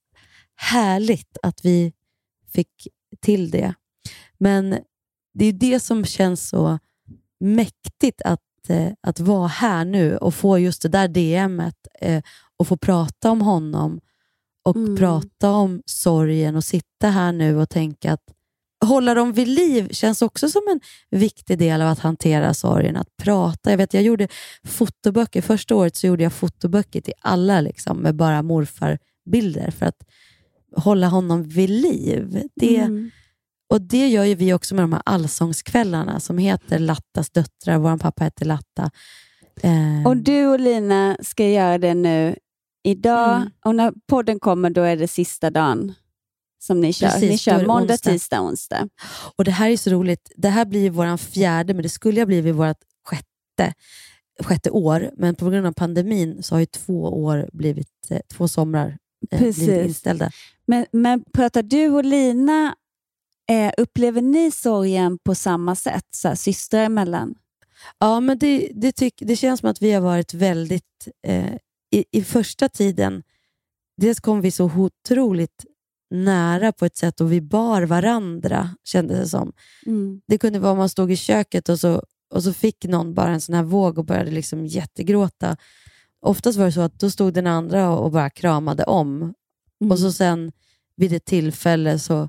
härligt att vi fick till det. Men det är det som känns så mäktigt att, eh, att vara här nu och få just det där D M:et eh, och få prata om honom och mm. prata om sorgen och sitta här nu och tänka att hålla dem vid liv känns också som en viktig del av att hantera sorgen, att prata. Jag vet, jag gjorde fotoböcker. Första året så gjorde jag fotoböcker till alla liksom, med bara morfarbilder för att hålla honom vid liv. Det, mm. Och det gör ju vi också med de här allsångskvällarna som heter Lattas döttrar. Vår pappa heter Latta. Eh. Och du och Lina ska göra det nu idag. Mm. Och när podden kommer då är det sista dagen som ni kör. Precis, ni kör måndag, onsdag. tisdag, onsdag. Och det här är så roligt. Det här blir våran fjärde, men det skulle ha blivit vårt sjätte, sjätte år. Men på grund av pandemin så har ju två år blivit, två somrar eh, blivit inställda. Men, men pratar du och Lina, eh, upplever ni sorgen på samma sätt? Så här, systrar emellan? Ja, men det, det, tyck, det känns som att vi har varit väldigt... Eh, i, I första tiden, dels kom vi så otroligt nära på ett sätt och vi bar varandra, kändes det som. Mm. Det kunde vara om man stod i köket och så, och så fick någon bara en sån här våg och började liksom jättegråta. Oftast var det så att då stod den andra och, och bara kramade om. Mm. Och så sen vid ett tillfälle så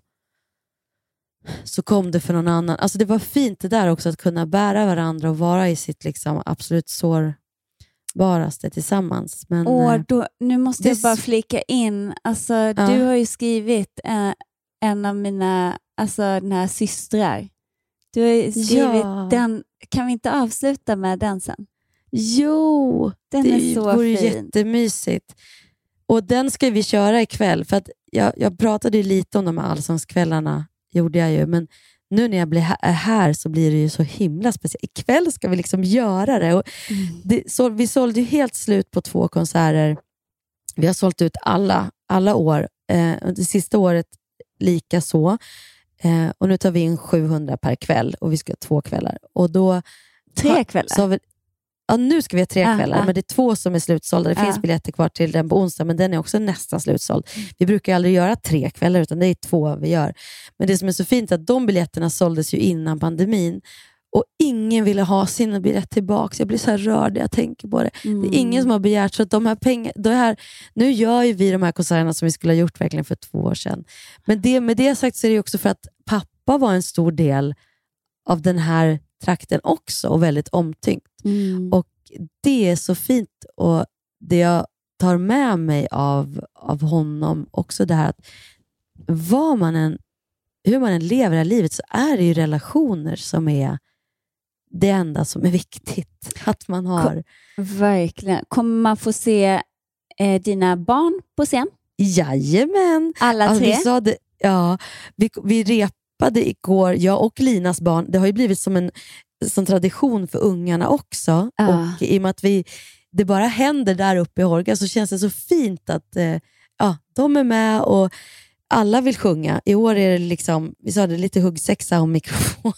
så kom det för någon annan. Alltså det var fint det där också, att kunna bära varandra och vara i sitt liksom absolut sårbaraste tillsammans. Men, Åh, då, nu måste jag bara flika in. Alltså, ja. Du har ju skrivit eh, en av mina, alltså den här systrar. Du har ju skrivit ja. den. Kan vi inte avsluta med den sen? Jo, den det är så vore fin. Jättemysigt. Och den ska vi köra ikväll. För att jag, jag pratade ju lite om de här allsångskvällarna, gjorde jag ju. Men nu när jag blir här så blir det ju så himla speciellt. Ikväll ska vi liksom göra det. Och mm. det så, vi sålde ju helt slut på två konserter. Vi har sålt ut alla, alla år. Eh, det sista året lika så. Eh, och nu tar vi in sjuhundra per kväll. Och vi ska ha två kvällar. Och då... Tre kvällar? Så vi, ja, nu ska vi ha tre ah, kvällar. Ah. Men det är två som är slutsålda. Det ah. finns biljetter kvar till den på onsdag. Men den är också nästan slutsåld. Vi brukar aldrig göra tre kvällar. Utan det är två vi gör. Men det som är så fint är att de biljetterna såldes ju innan pandemin. Och ingen ville ha sina biljetter tillbaka. Jag blir så här rörd när jag tänker på det. Mm. Det är ingen som har begärt. Så att de här pengar, de här, nu gör ju vi de här konserterna som vi skulle ha gjort verkligen för två år sedan. Men det, med det sagt så är det också för att pappa var en stor del av den här trakten också. Och väldigt omtynkt. Mm. Och det är så fint. Och det jag tar med mig av, av honom också det här att vad man än, hur man än lever det här livet så är det ju relationer som är det enda som är viktigt. Att man har... Verkligen. Kommer man få se eh, dina barn på scen? Jajamän. Alla tre? Alltså, vi sa det, ja, vi, vi repade igår, jag och Linas barn. Det har ju blivit som en som tradition för ungarna också. Ah. Och i och med att vi, det bara händer där uppe i Hårga så känns det så fint att eh, ja, de är med och alla vill sjunga. I år är det liksom, vi sa det, lite huggsexa om mikrofon.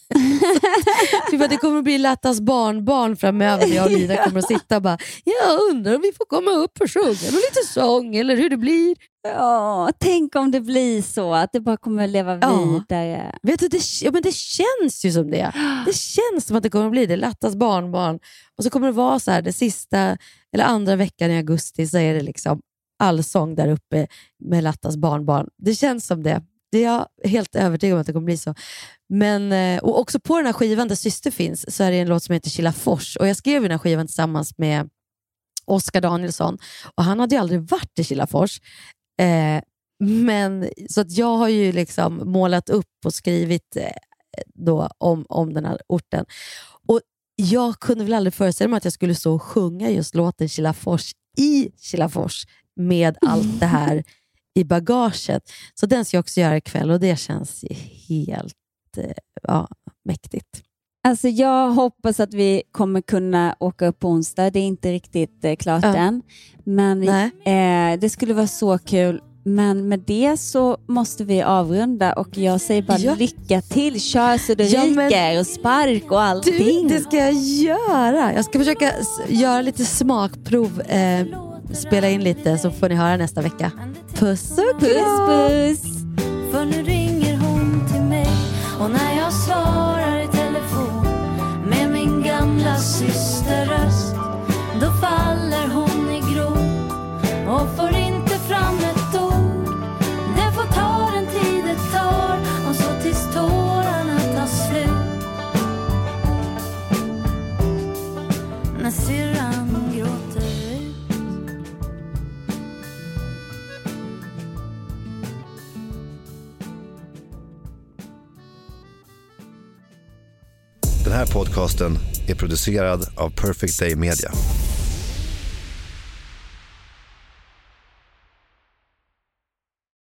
Det kommer att bli Lattas barnbarn framöver. Jag och Lina kommer att sitta och bara, jag undrar om vi får komma upp och sjunga och lite sång eller hur det blir. Ja, tänk om det blir så att det bara kommer att leva vidare. Ja. Vet du, det, ja, men det känns ju som det. Det känns som att det kommer att bli det. Lattas barnbarn. Och så kommer det vara så här, det sista eller andra veckan i augusti så är det liksom allsång där uppe med Lattas barnbarn. Det känns som det. Det är jag helt övertygad om att det kommer bli så. Men, och också på den här skivan där Syster finns så är det en låt som heter Kilafors. Och jag skrev den här skivan tillsammans med Oskar Danielsson. Och han hade ju aldrig varit i Kilafors. Eh, men så att jag har ju liksom målat upp och skrivit eh, då om, om den här orten. Och jag kunde väl aldrig föreställa mig att jag skulle stå och sjunga just låten Kilafors i Kilafors med allt det här i bagaget. Så den ska jag också göra ikväll och det känns helt eh, ja, mäktigt. Alltså jag hoppas att vi kommer kunna åka upp på onsdag. Det är inte riktigt eh, klart ja. än. Men eh, det skulle vara så kul. Men med det så måste vi avrunda och jag säger bara ja. lycka till. Kör så det ja, ryker och spark och allting. Du, det ska jag göra. Jag ska försöka göra lite smakprov. Eh, spela in lite så får ni höra nästa vecka. Puss och puss, puss. För nu ringer hon till mig och när jag svarar i telefon med min gamla systerröst då faller hon i grå och får inte fram ett ord. Det får ta den tid det tar och så tills tårarna tar slut. När syrran gråter ut. Den här podcasten är producerad av Perfect Day Media.